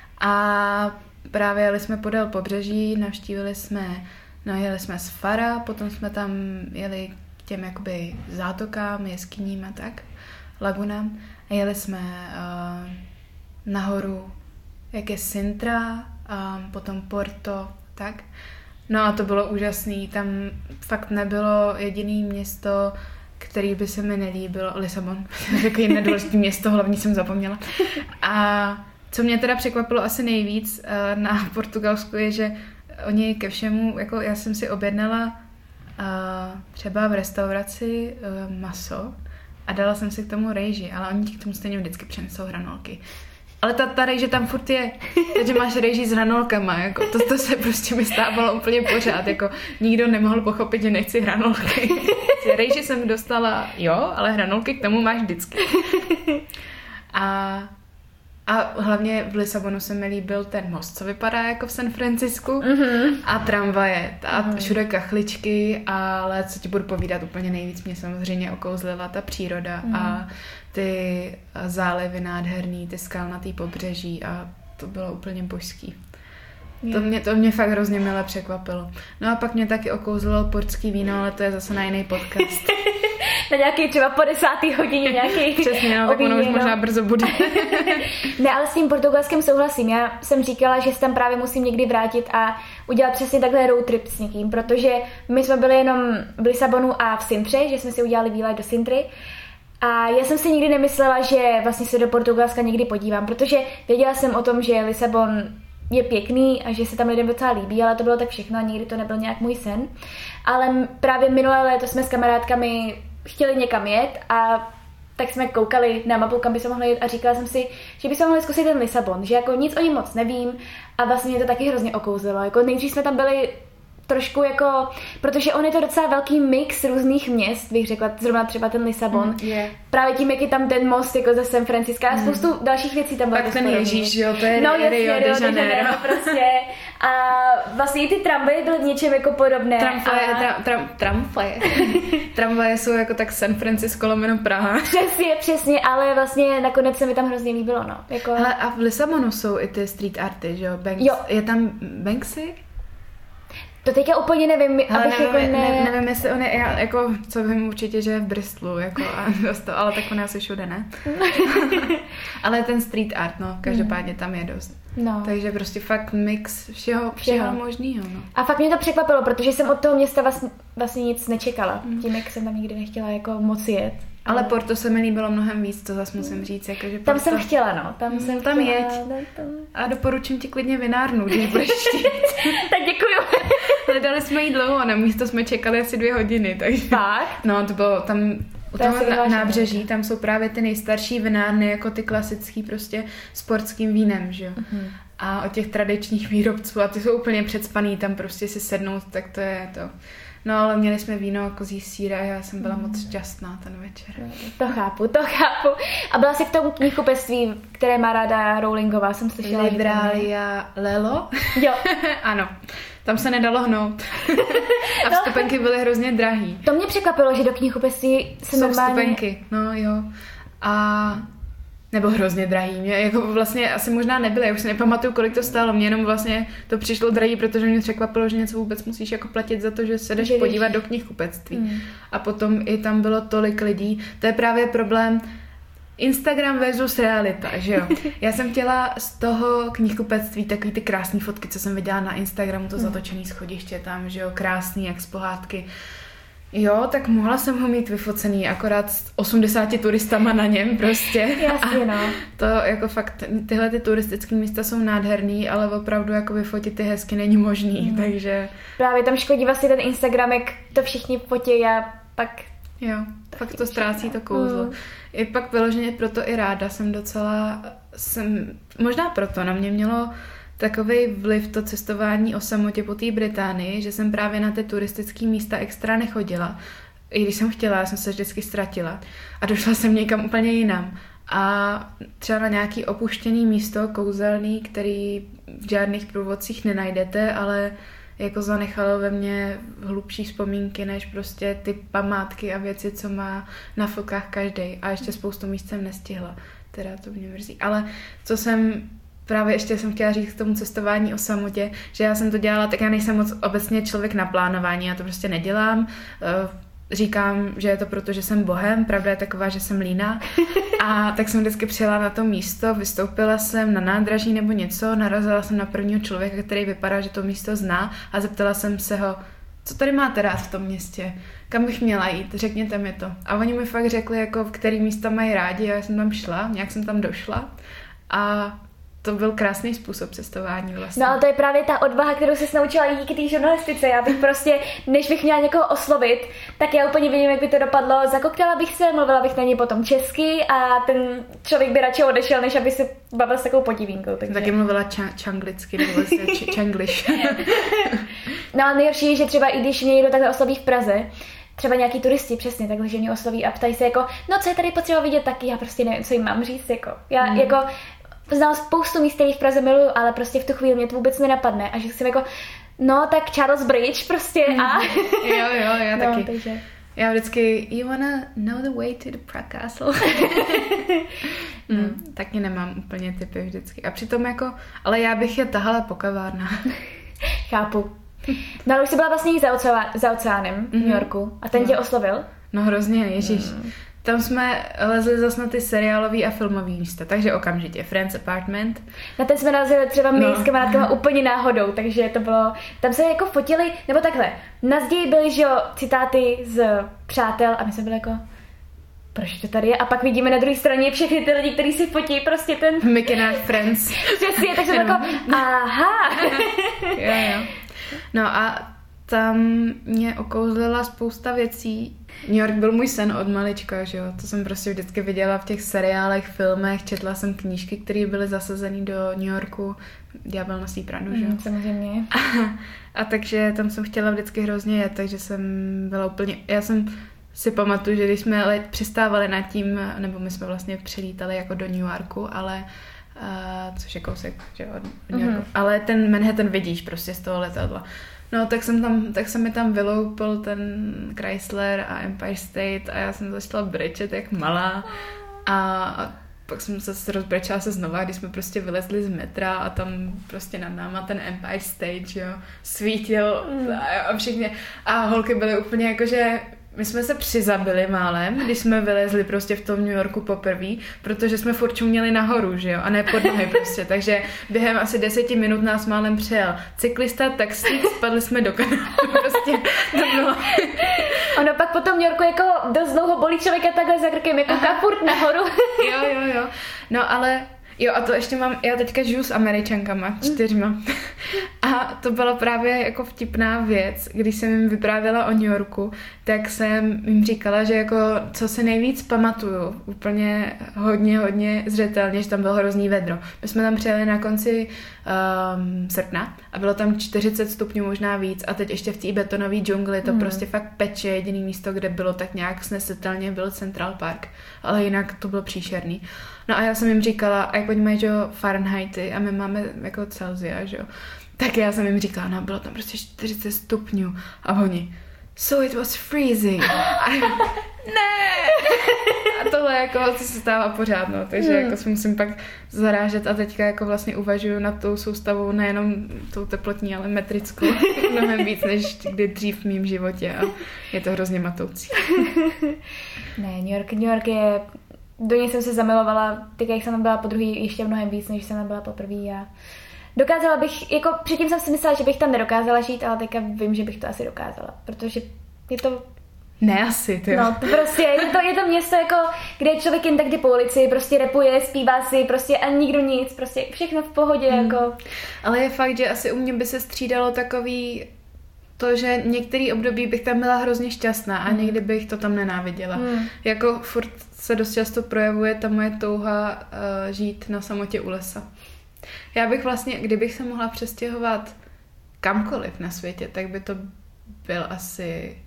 a právě jeli jsme podél pobřeží, navštívili jsme, no jeli jsme z Fara, potom jsme tam jeli k těm jakoby zátokám, jeskyním a tak, lagunám a jeli jsme uh, nahoru, jak je Sintra, um, potom Porto, tak. No a to bylo úžasný, tam fakt nebylo jediný město, který by se mi nelíbilo, Lisabon, takový nedůležitý město, hlavně jsem zapomněla. A co mě teda překvapilo asi nejvíc uh, na Portugalsku je, že oni ke všemu, jako já jsem si objednala uh, třeba v restauraci uh, maso a dala jsem si k tomu rejži, ale oni ti k tomu stejně vždycky přinesou hranolky. Ale ta, ta rejže tam furt je, takže máš rejži s hranolkama, jako to, to se prostě mi stávalo úplně pořád, jako nikdo nemohl pochopit, že nechci hranolky. Rejži jsem dostala, jo, ale hranolky k tomu máš vždycky. A, a hlavně v Lisabonu se mi líbil ten most, co vypadá jako v San Francisku mm-hmm. a tramvaje a mm-hmm. všude kachličky, ale co ti budu povídat úplně nejvíc, mě samozřejmě okouzlila ta příroda mm-hmm. a ty zálivy nádherný, ty skalnatý pobřeží a to bylo úplně božský. To mě, to mě fakt hrozně milé překvapilo. No a pak mě taky okouzlo portský víno, ale to je zase na jiný podcast. Na nějaký třeba po desátý hodině nějaký. Přesně, no, tak ono už možná brzo bude. Ne, ale s tím Portugalským souhlasím. Já jsem říkala, že se tam právě musím někdy vrátit a udělat přesně takhle road trip s někým, protože my jsme byli jenom v Lisabonu a v Sintře, že jsme si udělali výlet do Sintry. A já jsem si nikdy nemyslela, že vlastně se do Portugalska někdy podívám, protože věděla jsem o tom, že Lisabon je pěkný a že se tam lidem docela líbí, ale to bylo tak všechno a nikdy to nebyl nějak můj sen. Ale právě minulé léto jsme s kamarádkami chtěli někam jet a tak jsme koukali na mapu, kam by se mohli jet a říkala jsem si, že by se mohli zkusit ten Lisabon, že jako nic o něm moc nevím a vlastně mě to taky hrozně okouzelo. Jako nejdřív jsme tam byli trošku jako, protože on je to docela velký mix různých měst, bych řekla, zrovna třeba ten Lisabon. Mm, yeah. Právě tím, jak je tam ten most jako ze San Francisca a mm. spoustu dalších věcí tam bylo. Tak ten Ježíš, jo, to je no, Rio, jasně, Rio de Janeiro. Prostě. A vlastně i ty tramvaje byly něčem jako podobné. Tramvaje, a... tra, tra, tramvaje. Tramvaje jsou jako tak San Francisco lomeno Praha. Přesně, přesně, ale vlastně nakonec se mi tam hrozně líbilo, no. Jako... Hele, a v Lisabonu jsou i ty street arty, že jo? Banks, jo. Je tam Banksy? To teďka úplně nevím, ale abych nevím, jako ne... ne, nevím, jestli on je, já, jako, co vím určitě, že je v Bristolu, jako, a dost, ale tak on je asi všude, ne? Ale ten street art, no, každopádně tam je dost. No. Takže prostě fakt mix všeho, všeho, všeho. možného, no. A fakt mě to překvapilo, protože jsem od toho města vlastně, vlastně nic nečekala. Mm. Tím, jak jsem tam nikdy nechtěla jako moc jet. Ale Porto se mi líbilo mnohem víc, to zase musím říct. Jako, že tam Porto... jsem chtěla, no. Tam mm, jsem tam chtěla, jeď. Tam... A doporučím ti klidně vinárnu, když budeš chtít. Tak děkuju. Hledali jsme jí dlouho a na místo jsme čekali asi dvě hodiny. Takže... Fakt? No, to bylo tam u toho na, nábřeží, tam jsou právě ty nejstarší vinárny, jako ty klasický prostě s portským vínem, že jo. Uh-huh. A od těch tradičních výrobců a ty jsou úplně předspaný, tam prostě si sednout, tak to je to. No, ale měli jsme víno, kozí sýr a já jsem byla mm. moc šťastná ten večer. To chápu, to chápu. A byla jsi v tom knihkupectví, které má ráda Rowlingová, jsem slyšela. Libralia Lelo? Jo. Ano, tam se nedalo hnout. A vstupenky byly hrozně drahý. To mě překvapilo, že do knihkupectví se jsou normálně... vstupenky, no jo. A... Nebo hrozně drahý. Mě jako vlastně asi možná nebyly, já už si nepamatuju, kolik to stálo. Mně jenom vlastně to přišlo drahý, protože mě překvapilo, že něco vůbec musíš jako platit za to, že se jdeš podívat do knihkupectví. Mm. A potom i tam bylo tolik lidí. To je právě problém Instagram versus realita, že jo. Já jsem chtěla z toho knihkupectví takový ty krásné fotky, co jsem viděla na Instagramu, to mm. zatočený schodiště tam, že jo, krásný, jak z pohádky. Jo, tak mohla jsem ho mít vyfocený, akorát s osmdesáti turistama na něm prostě. Jasně, no. To jako fakt, tyhle ty turistické místa jsou nádherný, ale opravdu jako vyfotit ty hezky není možný, mm. takže... Právě tam škodí vlastně ten Instagram, jak to všichni fotí a pak... Jo, fakt to ztrácí to kouzlo. Mm. I pak vyloženě proto i ráda jsem docela, jsem, možná proto na mě mělo takovej vliv to cestování o samotě po té Británii, že jsem právě na ty turistické místa extra nechodila. I když jsem chtěla, jsem se vždycky ztratila. A došla jsem někam úplně jinam. A třeba na nějaký opuštěný místo, kouzelný, který v žádných průvodcích nenajdete, ale jako zanechalo ve mně hlubší vzpomínky, než prostě ty památky a věci, co má na fotkách každej. A ještě spoustu míst jsem nestihla. Teda to mě mrzí. Ale co jsem... Právě ještě jsem chtěla říct k tomu cestování o samotě, že já jsem to dělala, tak já nejsem moc obecně člověk na plánování, já to prostě nedělám. Říkám, že je to proto, že jsem bohem, pravda je taková, že jsem líná. A tak jsem vždycky přijela na to místo, vystoupila jsem na nádraží nebo něco, narazila jsem na prvního člověka, který vypadá, že to místo zná a zeptala jsem se ho, co tady máte rád v tom městě? Kam bych měla jít? Řekněte mi to. A oni mi fakt řekli, jako, v který místa mají rádi a já jsem tam šla, nějak jsem tam došla a to byl krásný způsob cestování vlastně. No ale to je právě ta odvaha, kterou jsi naučila díky té žurnalistice. Já bych prostě, než bych měla někoho oslovit, tak já úplně vidím, jak by to dopadlo. Zakoktala bych se, mluvila bych na něj potom česky a ten člověk by radši odešel, než aby se bavil s takovou podivínkou. Takže... Taky mluvila ča- čanglicky, nebo č- čangliš. No a nejhorší je, že třeba i když mě někdo takhle osloví v Praze, třeba nějaký turisti, přesně takhle, že mě osloví a ptají se jako, no co je tady potřeba vidět, taky já prostě nevím, co jim mám říct, jako. Já hmm. jako znala spoustu míst, který v Praze miluju, ale prostě v tu chvíli mě to vůbec nenapadne. A že jsem jako, no tak Charles Bridge prostě a... jo, jo, já no, taky. Takže... Já vždycky, you wanna know the way to the Prague Castle? mm, taky nemám úplně typy vždycky. A přitom jako, ale já bych je tahala po kavárnách. Chápu. No ale už jsi byla vlastně za, oceá, za oceánem v New Yorku a ten no. tě oslovil? No hrozně, ježiš. Mm. Tam jsme lezli zase na ty seriálový a filmový místa, takže okamžitě Friends Apartment. Na ten jsme narazili třeba my no. s kamarádkama úplně náhodou, takže to bylo, tam se jako fotili, nebo takhle, na zdi byly, že jo, citáty z Přátel a my jsme byli jako, proč to tady je? A pak vidíme na druhé straně všechny ty lidi, kteří si fotí prostě ten... V mikinách Friends. Přesně, tak jsem jako, aha. jo, jo. No a tam mě okouzlila spousta věcí. New York byl můj sen od malička, že jo. To jsem prostě vždycky viděla v těch seriálech, filmech, četla jsem knížky, které byly zasazený do New Yorku. Ďábel nosí Pradu, že jo. Mm, samozřejmě. A, a takže tam jsem chtěla vždycky hrozně jet, takže jsem byla úplně... Já jsem si pamatuju, že když jsme let, přistávali nad tím, nebo my jsme vlastně přilítali jako do New Yorku, ale... Uh, což je kousek, že jo, od New Yorku. Mm-hmm. Ale ten Manhattan vidíš prostě z toho letadla. No, tak jsem tam, tak jsem mi tam vyloupil ten Chrysler a Empire State a já jsem začala brečet jak malá a, a pak jsem se rozbrečela se znova, když jsme prostě vylezli z metra a tam prostě nad náma ten Empire State, že jo, svítil a, a všichni a holky byly úplně jakože my jsme se přizabili málem, když jsme vylezli prostě v tom New Yorku poprvé, protože jsme furt čuměli nahoru, že jo, a ne pod nohy prostě, takže během asi deseti minut nás málem přejel cyklista, taxík, spadli jsme do kanálu, prostě to bylo. Ono pak po tom New Yorku jako dost dlouho bolí člověka takhle za krkem, jako furt nahoru. jo, jo, jo, no ale... Jo, a to ještě mám, já teďka žiju s Američankama, čtyřma. A to byla právě jako vtipná věc, když jsem jim vyprávěla o New Yorku, tak jsem jim říkala, že jako co si nejvíc pamatuju, úplně hodně, hodně zřetelně, že tam bylo hrozný vedro. My jsme tam přijeli na konci um, srpna a bylo tam čtyřicet stupňů, možná víc a teď ještě v té betonové džungli to mm. prostě fakt peče, jediný místo, kde bylo tak nějak snesitelně, byl Central Park, ale jinak to bylo příšerný. No a já jsem jim říkala, a jak oni mají, že Fahrenheity a my máme jako Celsia, že jo, tak já jsem jim říkala, no bylo tam prostě čtyřicet stupňů a oni, so it was freezing. A ne! A tohle jako, co se stává pořád, no, takže hmm. jako si musím pak zarážet a teďka jako vlastně uvažuju nad tou soustavou nejenom tou teplotní, ale metrickou mnohem víc, než kdy dřív v mým životě a je to hrozně matoucí. Ne, New York, New York je... Do něj jsem se zamilovala, teď jak jsem tam byla po druhý ještě mnohem víc, než jsem tam byla poprvý a dokázala bych, jako předtím jsem si myslela, že bych tam nedokázala žít, ale teďka vím, že bych to asi dokázala, protože je to... Ne asi, ty jo. No, to prostě, je to, je to město jako, kde je člověk jen tak jde po ulici, prostě rapuje, zpívá si, prostě a nikdo nic, prostě všechno v pohodě, hmm. jako... Ale je fakt, že asi u mě by se střídalo takový... To, že některý období bych tam byla hrozně šťastná a někdy bych to tam nenáviděla. Hmm. Jako furt se dost často projevuje ta moje touha uh, žít na samotě u lesa. Já bych vlastně, kdybych se mohla přestěhovat kamkoliv na světě, tak by to byl asi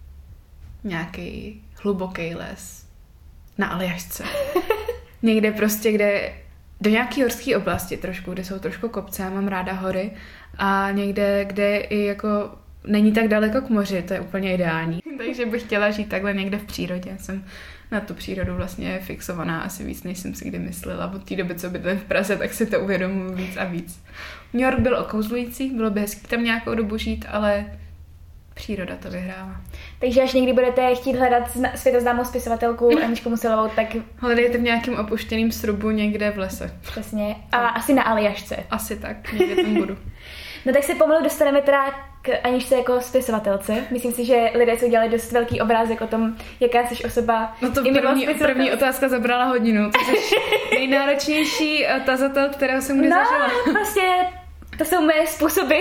nějaký hluboký les na Aljašce. Někde prostě, kde do nějaký horské oblasti trošku, kde jsou trošku kopce, já mám ráda hory a někde, kde i jako není tak daleko k moři, to je úplně ideální. Takže bych chtěla žít takhle někde v přírodě. Jsem na tu přírodu vlastně fixovaná asi víc, než jsem si kdy myslela. Od té doby, co bydlím v Praze, tak si to uvědomuji víc a víc. New York byl okouzlující, bylo by hezký tam nějakou dobu žít, ale příroda to vyhrává. Takže až někdy budete chtít hledat světoznámou spisovatelku Aničku Musilovou, tak... Hledejte v nějakém opuštěném srubu někde v lese. Přesně. A no. Asi na Aljašce. Asi tak, někde tam budu. No tak se pomalu dostaneme teda k Aničce jako spisovatelce. Myslím si, že lidé si udělali dost velký obrázek o tom, jaká jsi osoba. No to první, první otázka zabrala hodinu. To jsi nejnáročnější tazatel, kterého jsem kdy no, zažila. No, prostě to jsou moje způsoby.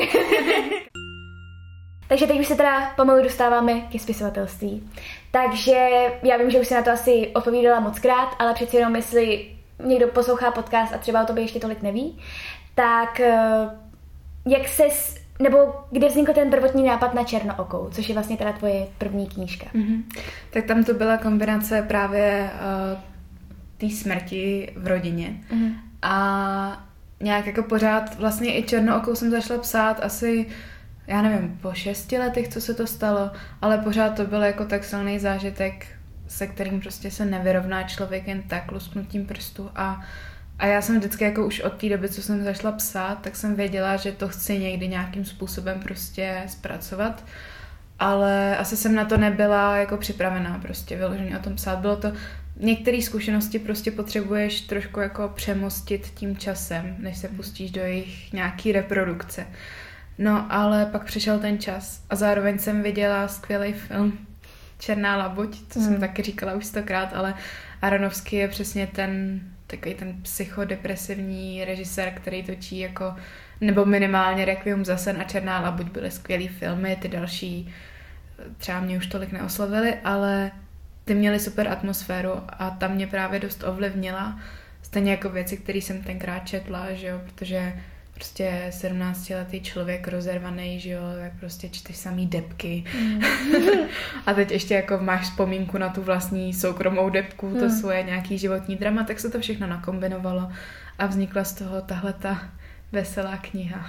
Takže teď už se teda pomalu dostáváme ke spisovatelství. Takže já vím, že už se na to asi odpovídala mockrát, ale přeci jenom jestli někdo poslouchá podcast a třeba o tobě ještě tolik neví, tak jak ses, nebo kde vznikl ten prvotní nápad na Černookou, což je vlastně teda tvoje první knížka? Mm-hmm. Tak tam to byla kombinace právě uh, té smrti v rodině. Mm-hmm. A nějak jako pořád vlastně i Černookou jsem zašla psát asi já nevím, po šesti letech, co se to stalo, ale pořád to byl jako tak silný zážitek, se kterým prostě se nevyrovná člověk jen tak lusknutím prstu a A já jsem vždycky jako už od té doby, co jsem zašla psát, tak jsem věděla, že to chci někdy nějakým způsobem prostě zpracovat, ale asi jsem na to nebyla jako připravená prostě vyloženě o tom psát. Bylo to, některé zkušenosti prostě potřebuješ trošku jako přemostit tím časem, než se pustíš do jejich nějaký reprodukce. No ale pak přišel ten čas a zároveň jsem viděla skvělý film Černá labuť, to hmm. jsem taky říkala už stokrát, ale Aronofsky je přesně ten takový ten psychodepresivní režisér, který točí jako, nebo minimálně Requiem za sen a Černá labuť byly skvělý filmy, ty další třeba mě už tolik neoslovily, ale ty měly super atmosféru a ta mě právě dost ovlivnila, stejně jako věci, které jsem tenkrát četla, že jo, protože prostě sedmnáctiletý člověk rozervaný, že jo, tak prostě čteš samý debky. Mm. A teď ještě jako máš vzpomínku na tu vlastní soukromou debku, to mm. svoje nějaký životní drama, tak se to všechno nakombinovalo a vznikla z toho tahle ta veselá kniha.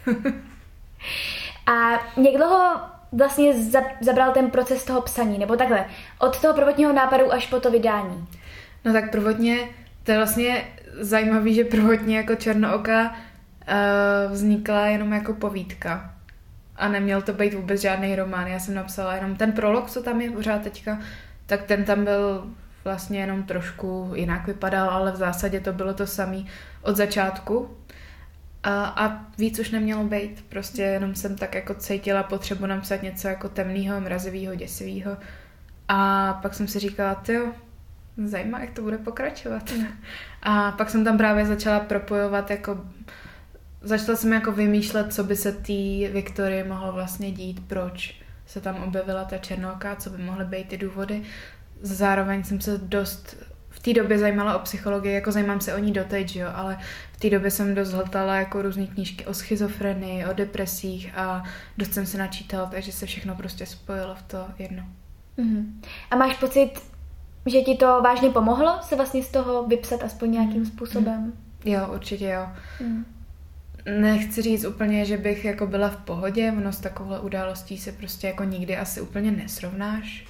A jak dlouho vlastně zabral ten proces toho psaní, nebo takhle, od toho prvotního nápadu až po to vydání? No tak prvotně, to je vlastně zajímavý, že prvotně jako Černooka vznikla jenom jako povídka a neměl to být vůbec žádný román. Já jsem napsala jenom ten prolog, co tam je pořád teďka, tak ten tam byl vlastně jenom trošku jinak vypadal, ale v zásadě to bylo to samé od začátku a, a víc už nemělo být. Prostě jenom jsem tak jako cítila potřebu napsat něco jako temného, mrazivého, děsivého a pak jsem si říkala, tyjo, zajímá, jak to bude pokračovat. A pak jsem tam právě začala propojovat jako Začala jsem jako vymýšlet, co by se té Viktorii mohlo vlastně dít, proč se tam objevila ta Černooka, co by mohly být ty důvody. Zároveň jsem se dost v té době zajímala o psychologii, jako zajímám se o ní doteď, jo, ale v té době jsem dost hltala jako různé knížky o schizofrenii, o depresích a dost jsem se načítala, takže se všechno prostě spojilo v to jedno. Mm-hmm. A máš pocit, že ti to vážně pomohlo se vlastně z toho vypsat aspoň nějakým způsobem? Mm. Jo, určitě jo. Mm. Nechci říct úplně, že bych jako byla v pohodě, ono s takovouhle událostí se prostě jako nikdy asi úplně nesrovnáš,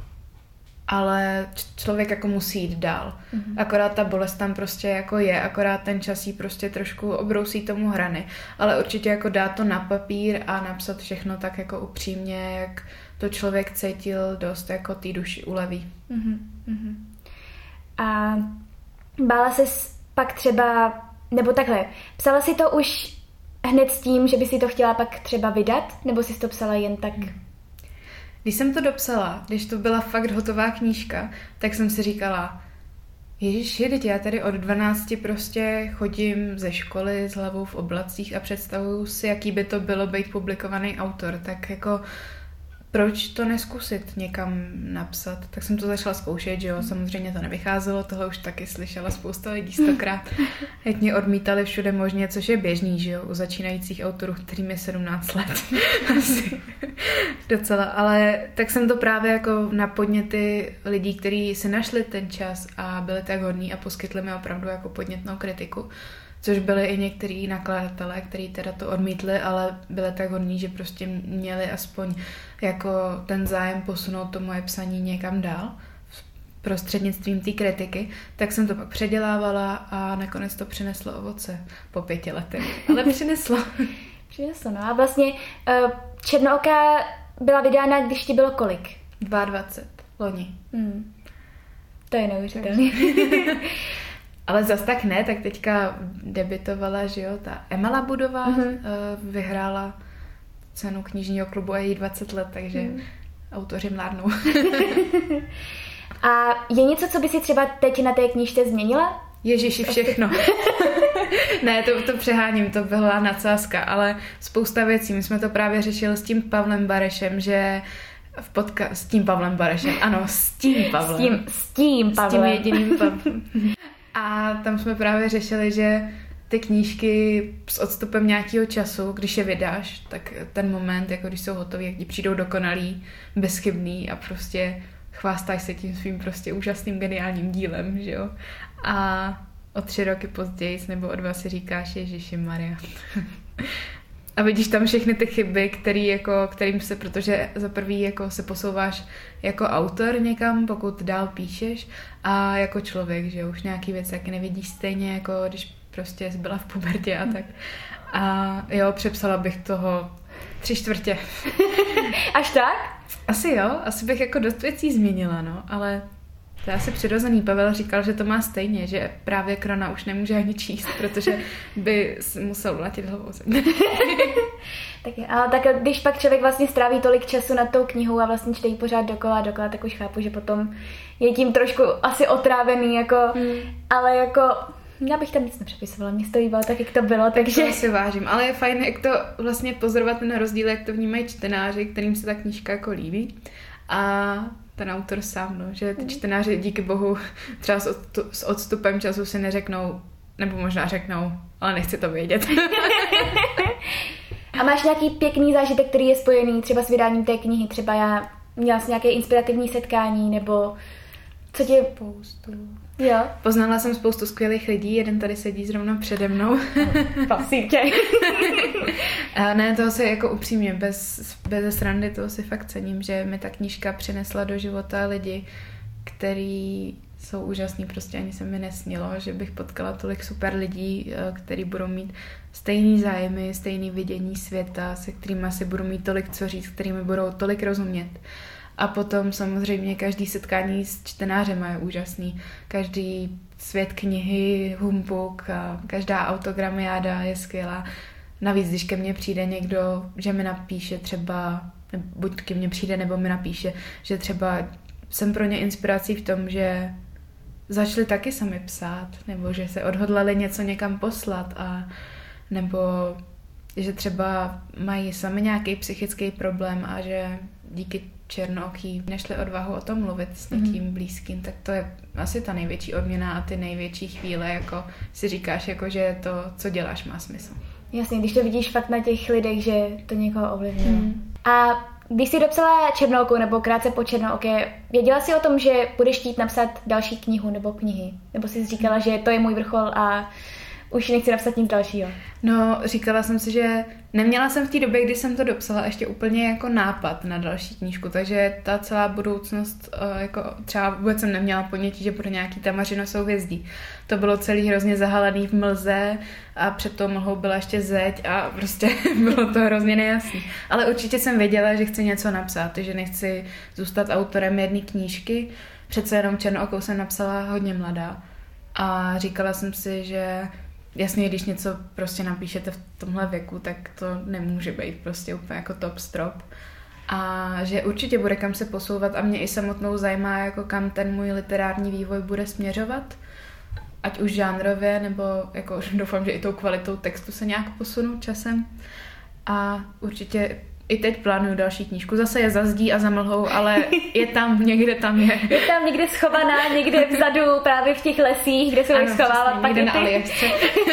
ale člověk jako musí jít dál. Mm-hmm. Akorát ta bolest tam prostě jako je, akorát ten čas jí prostě trošku obrousí tomu hrany, ale určitě jako dát to na papír a napsat všechno tak jako upřímně, jak to člověk cítil, dost jako té duši uleví. Mm-hmm. A bála ses pak třeba nebo takhle, psala si to už hned s tím, že by si to chtěla pak třeba vydat? Nebo jsi to psala jen tak? Když jsem to dopsala, když to byla fakt hotová knížka, tak jsem si říkala, ježiši, teď já tady od dvanácti prostě chodím ze školy s hlavou v oblacích a představuju si, jaký by to bylo být publikovaný autor. Tak jako proč to neskusit někam napsat? Tak jsem to začala zkoušet, že jo, samozřejmě to nevycházelo, toho už taky slyšela spousta lidí stokrát. Jak mě odmítali všude možně, což je běžný, že jo, u začínajících autorů, kterým je sedmnáct let. Asi docela, ale tak jsem to právě jako na podněty lidí, kteří si našli ten čas a byli tak hodní a poskytli mi opravdu jako podnětnou kritiku. Což byly i některý nakladatelé, kteří teda to odmítli, ale byli tak hodní, že prostě měli aspoň jako ten zájem posunout to moje psaní někam dál prostřednictvím té kritiky, tak jsem to pak předělávala a nakonec to přineslo ovoce po pěti letech. Ale přineslo. Přineslo, no a vlastně Černooka byla vydána, když ti bylo kolik? dvacet dva loni. Hmm. To je neuvěřitelný. Ale zas tak ne, tak teďka debitovala, že jo, ta Emma Labudová mm-hmm. vyhrála cenu knižního klubu a její dvacet let, takže mm. autoři mládnou. A je něco, co by si třeba teď na té knížce změnila? Ježiši, všechno. Ne, to, to přeháním, to byla nadsázka, ale spousta věcí. My jsme to právě řešili s tím Pavlem Barešem, že v podca- s tím Pavlem Barešem, ano, s tím Pavlem. S tím, s tím Pavlem. S tím jediným Pavlem. A tam jsme právě řešili, že ty knížky s odstupem nějakého času, když je vydáš, tak ten moment, jako když jsou hotový, jak ti přijdou dokonalý, bezchybný a prostě chvástáš se tím svým prostě úžasným geniálním dílem, že jo. A o tři roky později nebo o dva si říkáš, Ježiši Maria. a vidíš tam všechny ty chyby, který jako, kterým se, protože za prvý jako se posouváš jako autor někam, pokud dál píšeš, a jako člověk, že už nějaký věci taky nevidíš stejně, jako když prostě jsi byla v pubertě a tak. A jo, přepsala bych toho tři čtvrtě. Až tak? Asi jo, asi bych jako dost věcí změnila, no, ale to je asi přirozený. Pavel říkal, že to má stejně, že právě Krona už nemůže ani číst, protože by musel letět hlavou. Tak je, ale tak když pak člověk vlastně stráví tolik času nad tou knihou a vlastně čte jí pořád dokola dokola, tak už chápu, že potom je tím trošku asi otrávený, jako, hmm. ale jako já bych tam nic nepřepisovala, mě to líbilo tak, jak to bylo, takže... To si vážím, ale je fajn, jak to vlastně pozorovat ten rozdíl, jak to vnímají čtenáři, kterým se ta knížka jako líbí, a ten autor sám, no, že ty čtenáři díky bohu třeba s, odstu, s odstupem času si neřeknou, nebo možná řeknou, ale nechci to vědět. A máš nějaký pěkný zážitek, který je spojený třeba s vydáním té knihy? Třeba já měla jsi nějaké inspirativní setkání, nebo co tě... Spoustu. Jo? Poznala jsem spoustu skvělých lidí, jeden tady sedí zrovna přede mnou. Prosím tě. A ne, toho si jako upřímně, bez, bez srandy, toho si fakt cením, že mi ta knížka přinesla do života lidi, který jsou úžasní, prostě ani se mi nesnilo, že bych potkala tolik super lidí, který budou mít stejný zájmy, stejný vidění světa, se kterými si budu mít tolik co říct, kterými budou tolik rozumět. A potom samozřejmě každý setkání s čtenářem je úžasný. Každý svět knihy, humbuk, a každá autogramiáda je skvělá. Navíc, když ke mně přijde někdo, že mi napíše třeba, buď ke mně přijde, nebo mi napíše, že třeba jsem pro ně inspirací v tom, že začali taky sami psát, nebo že se odhodlali něco někam poslat, a nebo že třeba mají sami nějaký psychický problém a že díky černooký nešli odvahu o tom mluvit s někým mm. blízkým, tak to je asi ta největší odměna a ty největší chvíle, jako si říkáš, jako, že to, co děláš, má smysl. Jasně, když to vidíš fakt na těch lidech, že to někoho ovlivnilo. Mm. A když jsi dopsala Černookou nebo krátce po Černooké, věděla jsi o tom, že budeš chtít napsat další knihu nebo knihy? Nebo jsi říkala, že to je můj vrchol a už nechci napsat nic dalšího? No, říkala jsem si, že neměla jsem v té době, kdy jsem to dopsala, ještě úplně jako nápad na další knížku, takže ta celá budoucnost, jako třeba vůbec jsem neměla ponětí, že bude nějaký Tamařino souhvězdí. To bylo celý hrozně zahalený v mlze a před tou mlhou byla ještě zeď a prostě bylo to hrozně nejasný. Ale určitě jsem věděla, že chci něco napsat, že nechci zůstat autorem jedné knížky. Přece jenom Černookou jsem napsala hodně mladá a říkala jsem si, že jasně, když něco prostě napíšete v tomhle věku, tak to nemůže být prostě úplně jako top strop. A že určitě bude kam se posouvat a mě i samotnou zajímá, jako kam ten můj literární vývoj bude směřovat. Ať už žánrově, nebo jako doufám, že i tou kvalitou textu se nějak posunu časem. A určitě i teď plánuju další knížku. Zase je za zdí a za mlhou, ale je tam, někde tam je. Je tam někde schovaná, někde vzadu, právě v těch lesích, kde se budou schovávat pakety. Na Aljašce.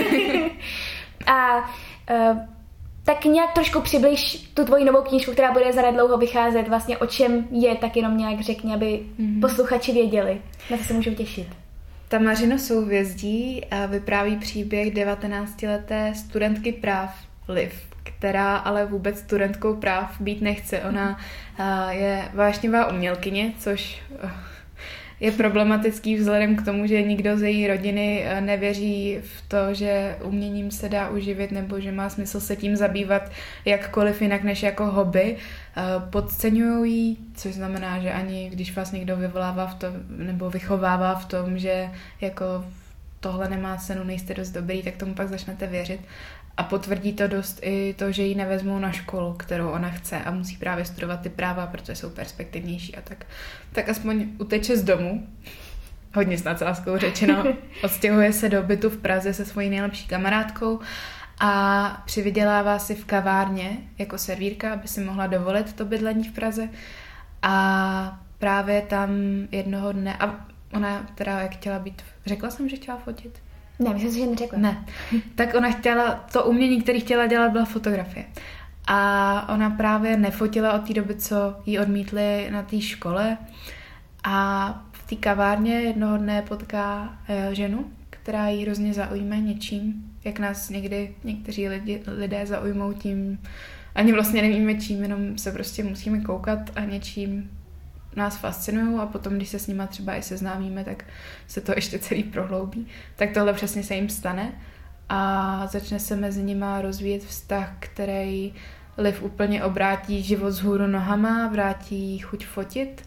A uh, tak nějak trošku přibliž tu tvoji novou knížku, která bude zanedlouho vycházet, vlastně o čem je, tak jenom nějak řekni, aby mm-hmm. posluchači věděli, na co se můžou těšit. Tamařino souhvězdí vypráví příběh devatenáctileté studentky práv Liv, která ale vůbec studentkou práv být nechce. Ona je vášnivá umělkyně, což je problematický vzhledem k tomu, že nikdo z její rodiny nevěří v to, že uměním se dá uživit nebo že má smysl se tím zabývat jakkoliv jinak než jako hobby. Podceňují ji, což znamená, že ani když vás někdo vyvolává v tom, nebo vychovává v tom, že jako tohle nemá cenu, nejste dost dobrý, tak tomu pak začnete věřit. A potvrdí to dost i to, že ji nevezmou na školu, kterou ona chce a musí právě studovat ty práva, protože jsou perspektivnější a tak. Tak aspoň uteče z domu, hodně s nadsázkou řečeno, odstěhuje se do bytu v Praze se svojí nejlepší kamarádkou a přivydělává si v kavárně jako servírka, aby si mohla dovolit to bydlení v Praze. A právě tam jednoho dne, a ona teda jak chtěla být, řekla jsem, že chtěla fotit? Ne, myslím si, že neřekla. Ne. Tak ona chtěla, to umění, které chtěla dělat, byla fotografie. A ona právě nefotila od té doby, co jí odmítli na té škole. A v té kavárně jednoho dne potká ženu, která jí hrozně zaujme něčím. jak nás někdy někteří lidi, lidé zaujmou tím, ani vlastně nevíme čím, jenom se prostě musíme koukat a něčím nás fascinují a potom, když se s nima třeba i seznámíme, tak se to ještě celý prohloubí. Tak tohle přesně se jim stane a začne se mezi nima rozvíjet vztah, který Liv úplně obrátí život vzhůru nohama, vrátí chuť fotit,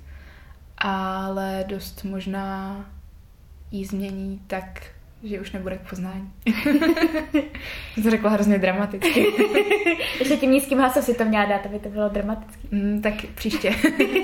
ale dost možná jí změní tak, že už nebude k poznání. To řekla hrozně dramaticky. Ještě tím nízkým hlasem si to měla dát, aby to bylo dramatické. Mm, tak příště.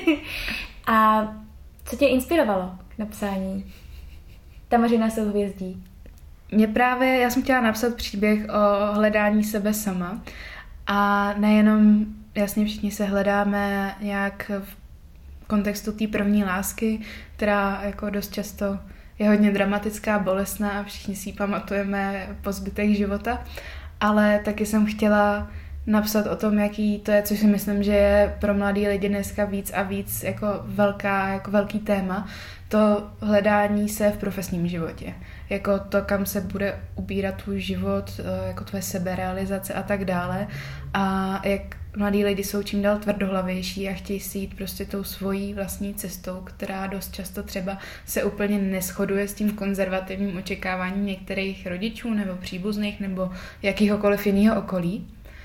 A co tě inspirovalo k napsání Tamařina souhvězdí? Mě právě, já jsem chtěla napsat příběh o hledání sebe sama. A nejenom, jasně všichni se hledáme nějak v kontextu té první lásky, která jako dost často je hodně dramatická, bolestná a všichni si ji pamatujeme po zbytek života, ale taky jsem chtěla napsat o tom, jaký to je, což si myslím, že je pro mladý lidi dneska víc a víc jako velká, jako velký téma, to hledání se v profesním životě. Jako to, kam se bude ubírat tvůj život, jako tvoje seberealizace a tak dále. A jak mladí lidi jsou čím dál tvrdohlavější a chtějí si jít prostě tou svojí vlastní cestou, která dost často třeba se úplně neshoduje s tím konzervativním očekáváním některých rodičů nebo příbuzných nebo jakýhokoliv jiného okolí.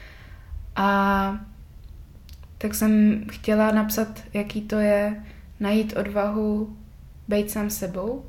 A tak jsem chtěla napsat, jaký to je najít odvahu být sám sebou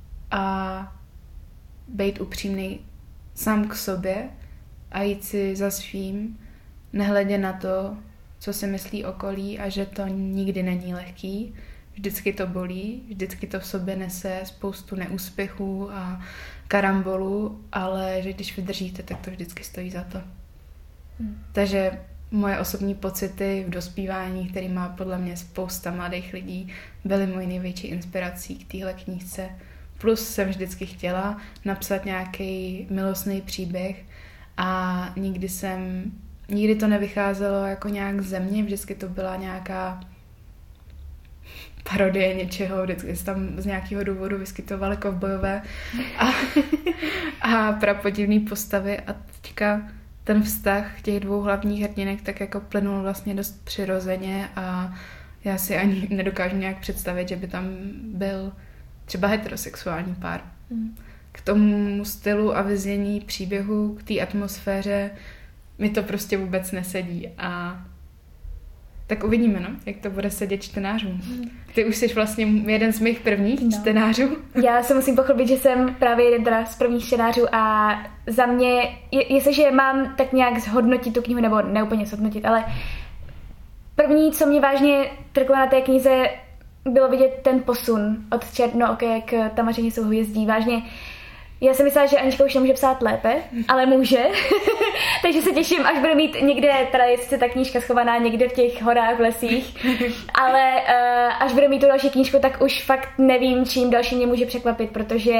a být upřímný sám k sobě a jít si za svým, nehledě na to, co si myslí okolí a že to nikdy není lehký. Vždycky to bolí, vždycky to v sobě nese spoustu neúspěchů a karambolů, ale že když vydržíte, tak to vždycky stojí za to. Hmm. Takže moje osobní pocity v dospívání, který má podle mě spousta mladých lidí, byly mojí největší inspirací k téhle knížce. Plus jsem vždycky chtěla napsat nějaký milostný příběh a nikdy jsem, nikdy to nevycházelo jako nějak ze mě, vždycky to byla nějaká parodie něčeho, vždycky se tam z nějakého důvodu vyskytovaly kovbojové a, a prapodivný postavy a teďka ten vztah těch dvou hlavních hrdinek tak jako plynul vlastně dost přirozeně a já si ani nedokážu nějak představit, že by tam byl třeba heterosexuální pár. Mm. K tomu stylu a vyznění příběhu, k té atmosféře mi to prostě vůbec nesedí a tak uvidíme, no, jak to bude sedět čtenářům. Mm. Ty už jsi vlastně jeden z mých prvních no. čtenářů. Já se musím pochlubit, že jsem právě jeden teda z prvních čtenářů a za mě, je, jestliže mám tak nějak zhodnotit tu knihu, nebo neúplně zhodnotit, ale první, co mě vážně trklo na té knize, bylo vidět ten posun od Černooké k Tamařině souhvězdí. Vážně, já jsem myslela, že Anička už nemůže psát lépe, ale může. Takže se těším, až bude mít někde, teda jestli ta knížka schovaná někde v těch horách, v lesích, ale uh, až bude mít tu další knížku, tak už fakt nevím, čím další mě může překvapit, protože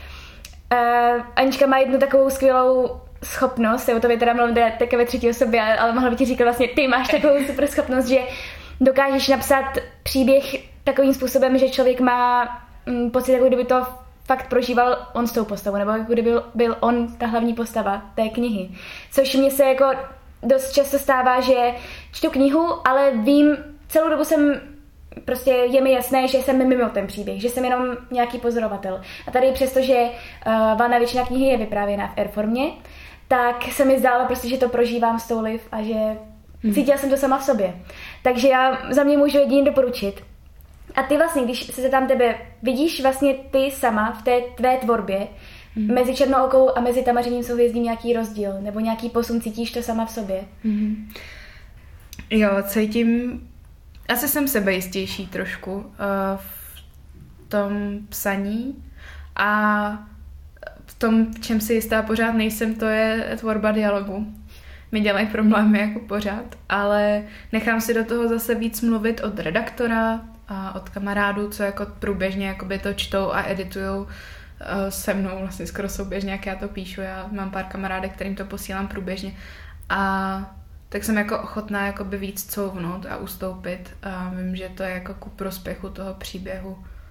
uh, Anička má jednu takovou skvělou schopnost, já o tobě teda mluvím také ve třetí osobě, ale mohla bych ti říkat vlastně, ty máš takovou super schopnost, že dokážeš napsat příběh takovým způsobem, že člověk má mm, pocit, jako kdyby to fakt prožíval on s tou postavou, nebo jako kdyby byl, byl on ta hlavní postava té knihy. Což mně se jako dost často stává, že čtu knihu, ale vím, celou dobu jsem, prostě je mi jasné, že jsem mimo ten příběh, že jsem jenom nějaký pozorovatel. A tady přestože uh, valná většina knihy je vyprávěná v R-formě, tak se mi zdálo prostě, že to prožívám s tou Liv a že hmm. cítila jsem to sama v sobě. Takže já za mě můžu jedině doporučit. A ty vlastně, když se tam tebe vidíš vlastně ty sama v té tvé tvorbě, mm. mezi Černookou a mezi Tamařiním souhvězdím nějaký rozdíl, nebo nějaký posun, cítíš to sama v sobě? Mm. Jo, cítím, asi jsem sebejistější trošku uh, v tom psaní a v tom, v čem si jistá pořád nejsem, to je tvorba dialogu. Mi dělají problémy jako pořád, ale nechám si do toho zase víc mluvit od redaktora a od kamarádů, co jako průběžně jakoby to čtou a editujou uh, se mnou, vlastně skoro souběžně, jak já to píšu. Já mám pár kamarádek, kterým to posílám průběžně. A tak jsem jako ochotná jakoby víc couvnout a ustoupit. A vím, že to je jako ku prospěchu toho příběhu.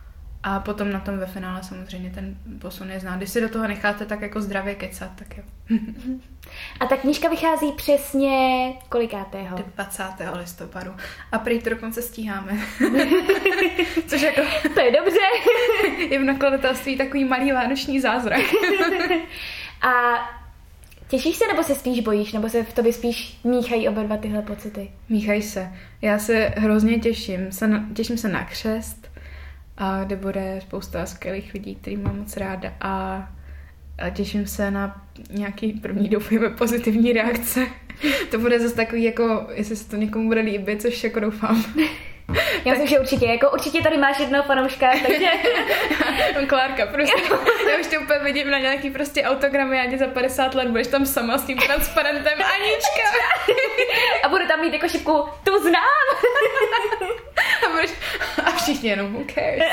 A potom na tom ve finále samozřejmě ten posun je znát. Když si do toho necháte tak jako zdravě kecat, tak jo. A ta knížka vychází přesně kolikátého? dvacátého listopadu. A prý to dokonce stíháme. Což jako... To je dobře. Je v nakladatelství takový malý vánoční zázrak. A těšíš se, nebo se spíš bojíš? Nebo se v tobě spíš míchají oba dva tyhle pocity? Míchají se. Já se hrozně těším. Se na, těším se na křest, a kde bude spousta skvělých lidí, který mám moc ráda. A, a těším se na nějaký první, doufujeme, pozitivní reakce. To bude zase takový, jako, jestli se to někomu bude líbit, což jako doufám. Já myslím, že určitě, jako určitě tady máš jednoho fanouška, takže... Klárka, prostě. Já už tě úplně vidím na nějaký prostě autogramy, já za padesát let budeš tam sama s tím transparentem. Anička! A budu tam mít jako šipku, tu znám! A, budeš, a všichni jenom, who cares?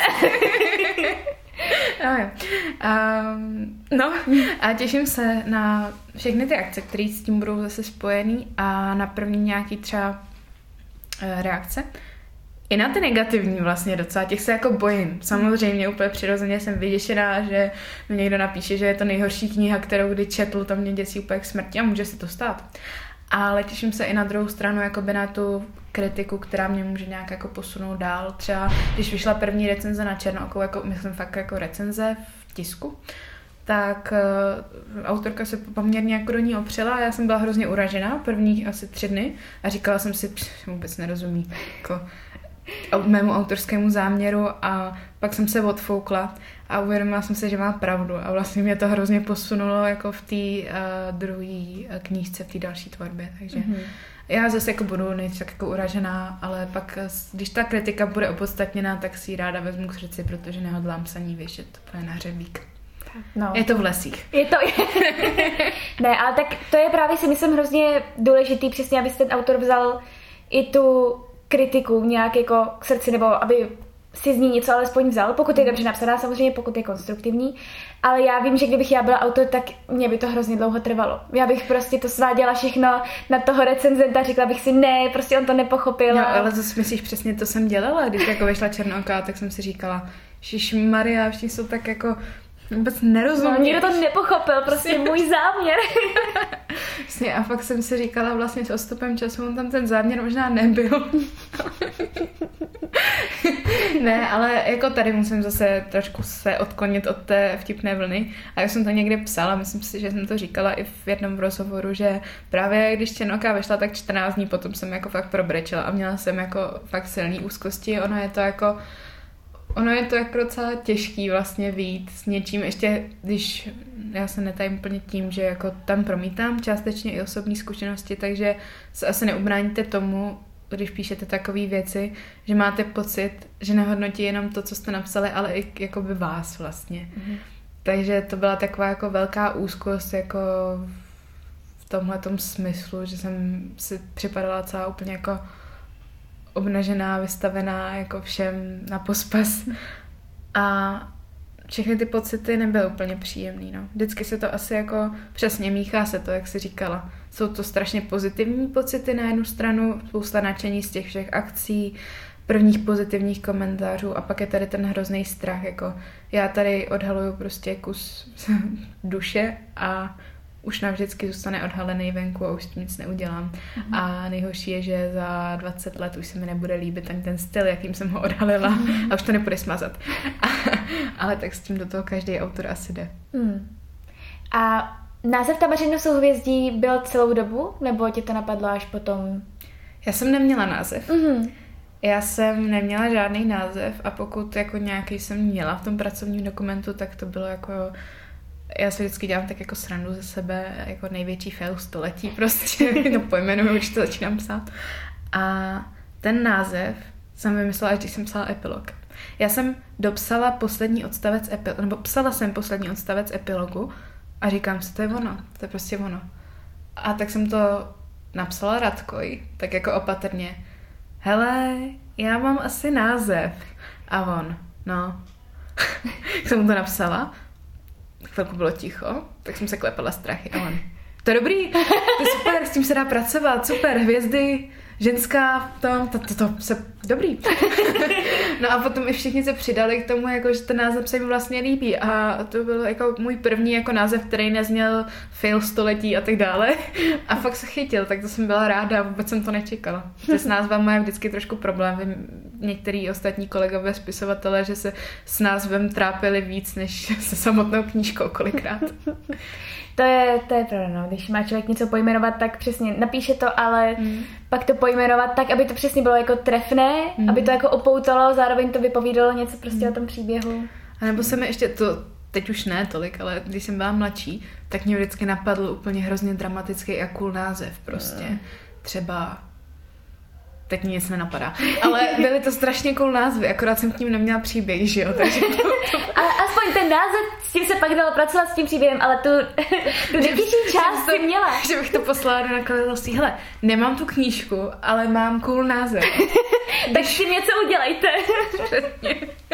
Um, no a těším se na všechny ty akce, které s tím budou zase spojený a na první nějaký třeba uh, reakce. I na ty negativní vlastně docela, těch se jako bojím. Samozřejmě úplně přirozeně jsem vyděšená, že mi někdo napíše, že je to nejhorší kniha, kterou kdy četl, to mě děsí úplně k smrti a může se to stát. Ale těším se i na druhou stranu jakoby na tu kritiku, která mě může nějak jako posunout dál. Třeba když vyšla první recenze na Černookou, jako, myslím fakt jako recenze v tisku, tak uh, autorka se poměrně jako do ní opřela a já jsem byla hrozně uražená prvních asi tři dny a říkala jsem si, že vůbec nerozumí jako mému autorskému záměru a pak jsem se odfoukla a uvědomila jsem se, že má pravdu a vlastně mě to hrozně posunulo jako v té uh, druhé knížce, v té další tvorbě, takže mm-hmm. já zase jako budu nejdřív tak jako uražená, ale pak, když ta kritika bude opodstatněná, tak si ji ráda vezmu k srdci, protože nehodlám psaní věšet úplně na hřebík. No. Je to v lesích. Je to... Ne, ale tak to je právě si myslím hrozně důležitý, přesně, aby ten autor vzal i tu kritiku nějak jako k srdci, nebo aby si z ní něco alespoň vzal, pokud je dobře napsaná, samozřejmě pokud je konstruktivní, ale já vím, že kdybych já byla autor, tak mě by to hrozně dlouho trvalo. Já bych prostě to sváděla všechno na toho recenzenta, řekla bych si ne, prostě on to nepochopil. No, ale zase myslíš, přesně to jsem dělala, když jako vyšla Černooká, tak jsem si říkala, Šišmaria, všichni jsou tak jako vůbec nerozumí. No, nikdo to nepochopil, prostě můj záměr. Vlastně, a fakt jsem si říkala vlastně s odstupem času, on tam ten záměr možná nebyl. Ne, ale jako tady musím zase trošku se odklonit od té vtipné vlny. A já jsem to někde psala, myslím si, že jsem to říkala i v jednom rozhovoru, že právě když Černooká vyšla, tak čtrnáct dní potom jsem jako fakt probrečela a měla jsem jako fakt silný úzkosti. Ono je to jako Ono je to jako docela těžký vlastně vyjít s něčím, ještě když já se netajím úplně tím, že jako tam promítám částečně i osobní zkušenosti, takže se asi neubráníte tomu, když píšete takové věci, že máte pocit, že nehodnotí jenom to, co jste napsali, ale i jakoby vás vlastně. Mm-hmm. Takže to byla taková jako velká úzkost jako v tomhletom smyslu, že jsem si připadala celá úplně jako obnažená, vystavená jako všem na pospas. A všechny ty pocity nebyly úplně příjemný. No. Vždycky se to asi jako přesně míchá se to, jak jsi říkala. Jsou to strašně pozitivní pocity na jednu stranu, spousta nadšení z těch všech akcí, prvních pozitivních komentářů a pak je tady ten hrozný strach. Jako já tady odhaluju prostě kus duše a už navždycky zůstane odhalený venku a už s tím nic neudělám. Mm. A nejhorší je, že za dvacet let už se mi nebude líbit ani ten styl, jakým jsem ho odhalila mm. a už to nepůjde smazat. Ale tak s tím do toho každý autor asi jde. Mm. A název Tamařino souhvězdí byl celou dobu, nebo ti to napadlo až potom? Já jsem neměla název. Mm. Já jsem neměla žádný název a pokud jako nějaký jsem měla v tom pracovním dokumentu, tak to bylo jako... Já si vždycky dělám tak jako srandu ze sebe, jako největší fail století prostě, to pojmenuju, když to začínám psát. A ten název jsem vymyslela, až když jsem psala epilog. Já jsem dopsala poslední odstavec epilogu, nebo psala jsem poslední odstavec epilogu a říkám si, to je ono, to je prostě ono. A tak jsem to napsala Radkovi, tak jako opatrně. Hele, já mám asi název. A on, no. jsem mu to napsala. Chvilku bylo ticho, tak jsem se klepala strachy a on, to je dobrý, to je super, s tím se dá pracovat, super, hvězdy, ženská v tom, to, to, to se, dobrý. No a potom i všichni se přidali k tomu, jako, že ten název se jim vlastně líbí a to byl jako můj první jako název, který nezněl fail století a tak dále a fakt se chytil, tak to jsem byla ráda a vůbec jsem to nečekala. Že s názvama je vždycky trošku problém. Vím, některý ostatní kolegové spisovatelé, že se s názvem trápili víc než se samotnou knížkou kolikrát. To je, to je pravda, no. Když má člověk něco pojmenovat, tak přesně napíše to, ale mm. pak to pojmenovat tak, aby to přesně bylo jako trefné, mm. aby to jako opoutalo, zároveň to vypovídalo něco prostě mm. o tom příběhu. A nebo se mi ještě to, teď už ne tolik, ale když jsem byla mladší, tak mě vždycky napadl úplně hrozně dramatický a cool název prostě. Mm. Třeba teď mi nic nenapadá. Ale byly to strašně cool názvy, akorát jsem k ním neměla příběh, že jo? Takže to, to... Ale aspoň ten název, s tím se pak dalo pracovat s tím příběhem, ale tu, tu nejtěžší část si měla. Že bych to poslala do nakladatelství. Hele, nemám tu knížku, ale mám cool název. Tak s tím něco udělejte. Přesně.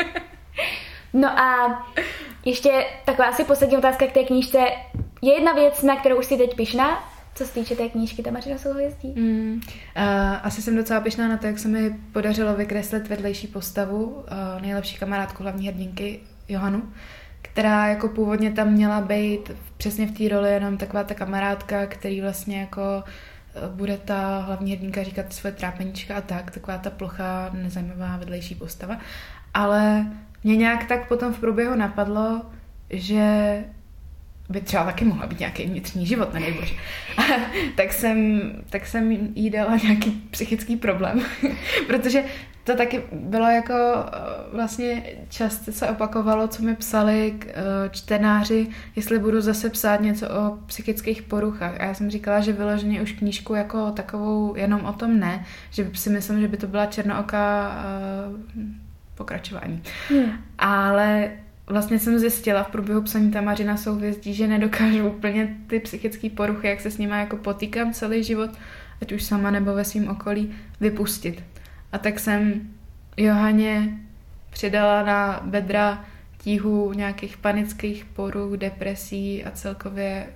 No a ještě taková asi poslední otázka k té knížce. Je jedna věc, na kterou už jsi teď pyšná? Co se týče té knížky Tamařina souhvězdí? Mm, uh, asi jsem docela pyšná na to, jak se mi podařilo vykreslit vedlejší postavu, uh, nejlepší kamarádku hlavní hrdinky Johanu, která jako původně tam měla být přesně v té roli jenom taková ta kamarádka, který vlastně jako uh, bude ta hlavní hrdinka říkat svoje trápeníčka a tak, taková ta plochá, nezajímavá vedlejší postava. Ale mě nějak tak potom v průběhu napadlo, že by třeba taky mohla být nějaký vnitřní život, nedej bože. tak, jsem, tak jsem jí dala nějaký psychický problém, protože to taky bylo jako vlastně často se opakovalo, co mi psali čtenáři, jestli budu zase psát něco o psychických poruchách. A já jsem říkala, že vyloženě už knížku jako takovou jenom o tom ne, že si myslím, že by to byla černooká pokračování. Hmm. Ale vlastně jsem zjistila v průběhu psaní Tamařina souhvězdí, že nedokážu úplně ty psychické poruchy, jak se s nimi jako potýkám celý život, ať už sama nebo ve svém okolí, vypustit. A tak jsem Johaně přidala na bedra tíhu nějakých panických poruch, depresí a celkově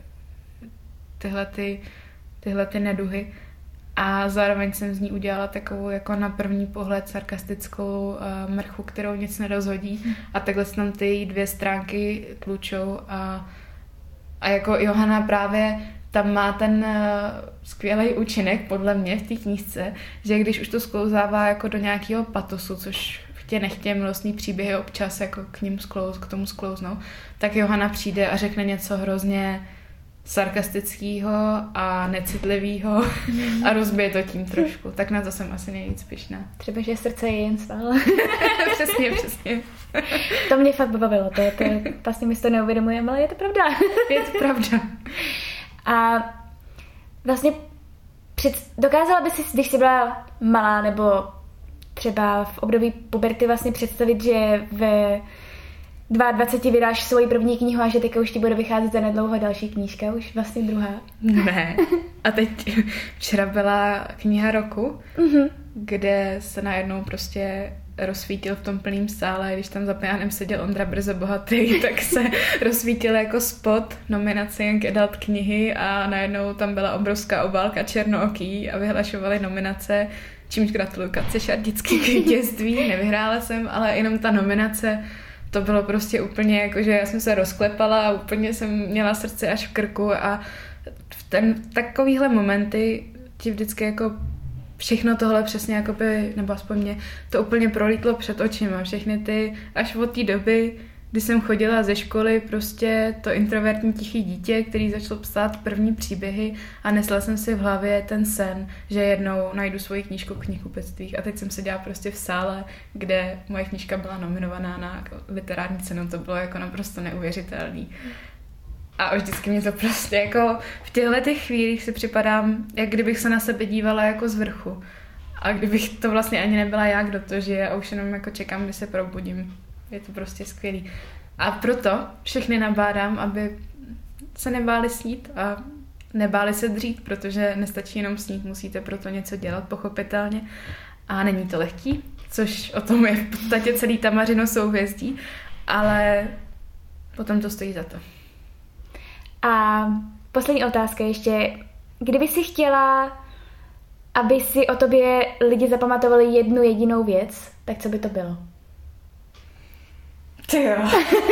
tyhle, ty, tyhle ty neduhy. A zároveň jsem z ní udělala takovou jako na první pohled sarkastickou uh, mrchu, kterou nic nerozhodí. A takhle se tam ty dvě stránky tlučou a, a jako Johana právě tam má ten uh, skvělý účinek podle mě v té knížce, že když už to sklouzává jako do nějakého patosu, což chtě nechtě milostný příběhy občas jako k ním sklouz, k tomu sklouznou, tak Johana přijde a řekne něco hrozně sarkastického a necitlivého a rozbije to tím trošku. Tak na to jsem asi nejvíc pyšná. Třeba, že srdce je jen sval. Přesně, přesně. To mě fakt bavilo. To je, to je, vlastně my si to neuvědomujeme, ale je to pravda. Je to pravda. A vlastně před, dokázala by si, když jsi byla malá nebo třeba v období puberty vlastně představit, že ve dvaceti dvou vydáš svoji první knihu a že teďka už ti bude vycházet za nedlouho další knížka, už vlastně druhá. Ne. A teď včera byla kniha roku, mm-hmm. kde se najednou prostě rozsvítil v tom plném sále, když tam za pianem seděl Ondra Brzo Bohatý, tak se rozsvítil jako spot nominace Young Adult knihy a najednou tam byla obrovská obálka černooký a vyhlašovali nominace, čímž gratuluju Katce Šardický k vítězství. Nevyhrála jsem, ale jenom ta nominace, to bylo prostě úplně jako, že já jsem se rozklepala a úplně jsem měla srdce až v krku a v ten, takovýhle momenty ti vždycky jako všechno tohle přesně jako by, nebo aspoň mě, to úplně prolítlo před očima. Všechny ty, až od té doby, kdy jsem chodila ze školy, prostě to introvertní tichý dítě, který začal psát první příběhy a nesla jsem si v hlavě ten sen, že jednou najdu svoji knížku v knihkupectvích a teď jsem seděla prostě v sále, kde moje knížka byla nominovaná na literární cenu, to bylo jako naprosto neuvěřitelný. A vždycky mě to prostě jako v těchto těch chvílích si připadám, jak kdybych se na sebe dívala jako z vrchu. A kdybych to vlastně ani nebyla já, kdo to žije a už jenom jako čekám, kdy se probudím. Je to prostě skvělý. A proto všechny nabádám, aby se nebáli snít a nebáli se dřít, protože nestačí jenom snít, musíte proto něco dělat, pochopitelně. A není to lehký, což o tom je v podstatě celý Tamařino souhvězdí, ale potom to stojí za to. A poslední otázka ještě. Kdyby si chtěla aby si o tobě lidi zapamatovali jednu jedinou věc, tak co by to bylo? Ty jo.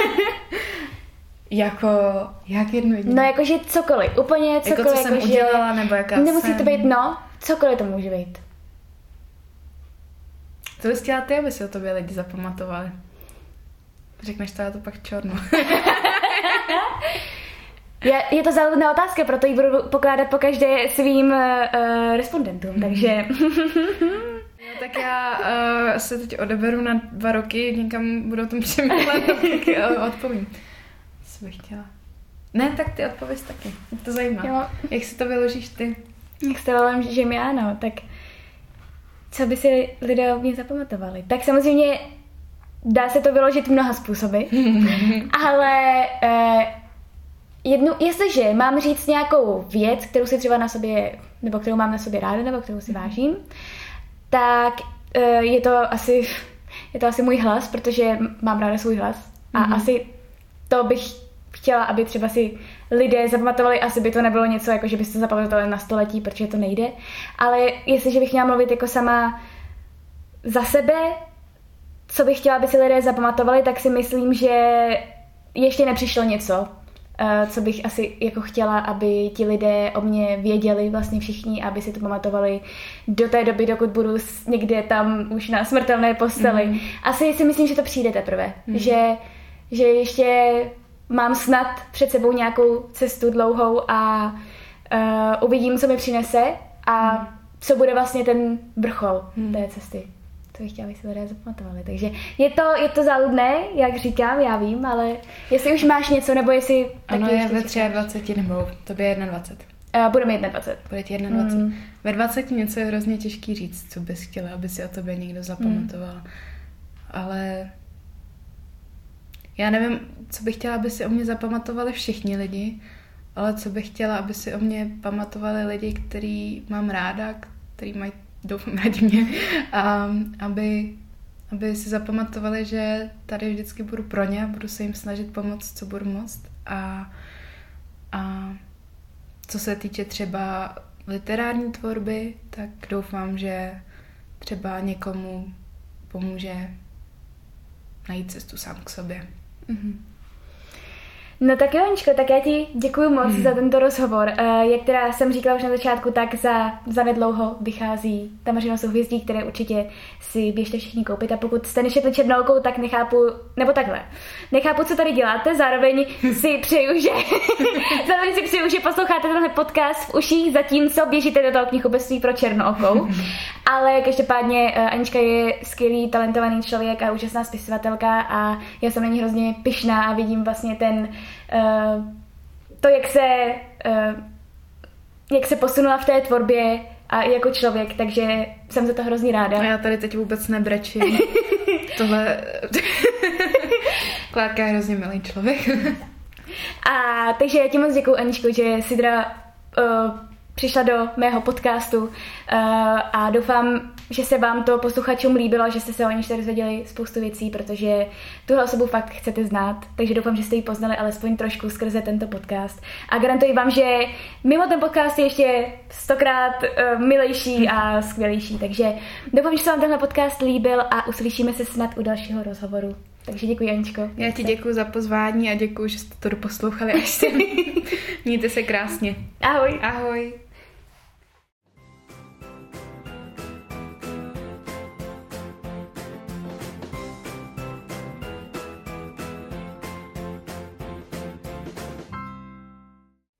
Jako, jak jednu jedinou? No jakože cokoliv, úplně cokoliv. Jako co jsem jako, udělala, nebo jaká nemusí jsem... to být, no, cokoliv to může být. Co bys chtěla ty, aby si o tobě lidi zapamatovali? Řekneš to, já to pak čornu. je, je to záludná otázka, proto ji budu pokládat po každé svým uh, respondentům, mm. takže... No, tak já uh, se teď odeberu na dva roky, někam budu o tom přemýšlet, tak uh, odpovím. Co bych chtěla? Ne, tak ty odpověz taky. Mě to zajímá. Jo. Jak si to vyložíš ty? Jak se to že já, no, tak co by si lidé o mě zapamatovali? Tak samozřejmě dá se to vyložit mnoha způsoby, ale uh, jednu, jestliže mám říct nějakou věc, kterou si třeba na sobě, nebo kterou mám na sobě ráda, nebo kterou si vážím, tak uh, je to asi je to asi můj hlas, protože mám ráda svůj hlas a mm-hmm. asi to bych chtěla, aby třeba si lidé zapamatovali, asi by to nebylo něco, jako že byste to zapamatovali na století, protože to nejde, ale jestliže bych měla mluvit jako sama za sebe, co bych chtěla, aby si lidé zapamatovali, tak si myslím, že ještě nepřišlo něco, co bych asi jako chtěla, aby ti lidé o mě věděli, vlastně všichni, aby si to pamatovali do té doby, dokud budu někde tam už na smrtelné posteli. Mm. Asi si myslím, že to přijde teprve, mm. že, že ještě mám snad před sebou nějakou cestu dlouhou a uh, uvidím, co mi přinese a mm. co bude vlastně ten vrchol mm. té cesty. To bych chtěla, aby si lidé zapamatovali. Takže je to, je to záludné, jak říkám, já vím, ale jestli už máš něco, nebo jestli... Ano, je ve dvacet tři nebo tobě dvacet jedna. Uh, budeme dvacet jedna. Bude ti dvacet jedna. Mm. Ve dvaceti něco je hrozně těžký říct, co bys chtěla, aby si o tobě někdo zapamatoval. Mm. Ale já nevím, co bych chtěla, aby si o mě zapamatovali všichni lidi, ale co bych chtěla, aby si o mě pamatovali lidi, který mám ráda, který mají, doufám, rádi mě, a aby, aby si zapamatovali, že tady vždycky budu pro ně a budu se jim snažit pomoct, co budu moct. A, a co se týče třeba literární tvorby, tak doufám, že třeba někomu pomůže najít cestu sám k sobě. Mm-hmm. No tak jo, Aničko, tak já ti děkuji moc mm. za tento rozhovor. Jak teda jsem říkala už na začátku, tak za, za nedlouho vychází Tamařino souhvězdí, které určitě si běžte všichni koupit a pokud jste nečetli Černoukou, tak nechápu, nebo takhle, nechápu, co tady děláte, zároveň si přeju, že zároveň si přeju, že posloucháte tenhle podcast v uších, zatímco běžíte do toho knihkupectví pro Černoukou. Ale každopádně Anička je skvělý, talentovaný člověk a úžasná spisovatelka a já jsem na ní hrozně pyšná a vidím vlastně ten Uh, to, jak se, uh, jak se posunula v té tvorbě a i jako člověk, takže jsem za to hrozně ráda. A já tady teď vůbec nebrečím. Tohle... Klárka je hrozně milý člověk. A takže já ti moc děkuju, Aničko, že jsi teda uh, přišla do mého podcastu uh, a doufám, že se vám to posluchačům líbilo, že jste se o Aničce dozvěděli spoustu věcí, protože tuhle osobu fakt chcete znát, takže doufám, že jste ji poznali alespoň trošku skrze tento podcast. A garantuji vám, že mimo ten podcast je ještě stokrát uh, milejší a skvělejší, takže doufám, že se vám tenhle podcast líbil a uslyšíme se snad u dalšího rozhovoru. Takže děkuji, Aničko. Já ti děkuji za pozvání a děkuji, že jste to doposlouchali až sem. Mějte se krásně. Ahoj. Ahoj.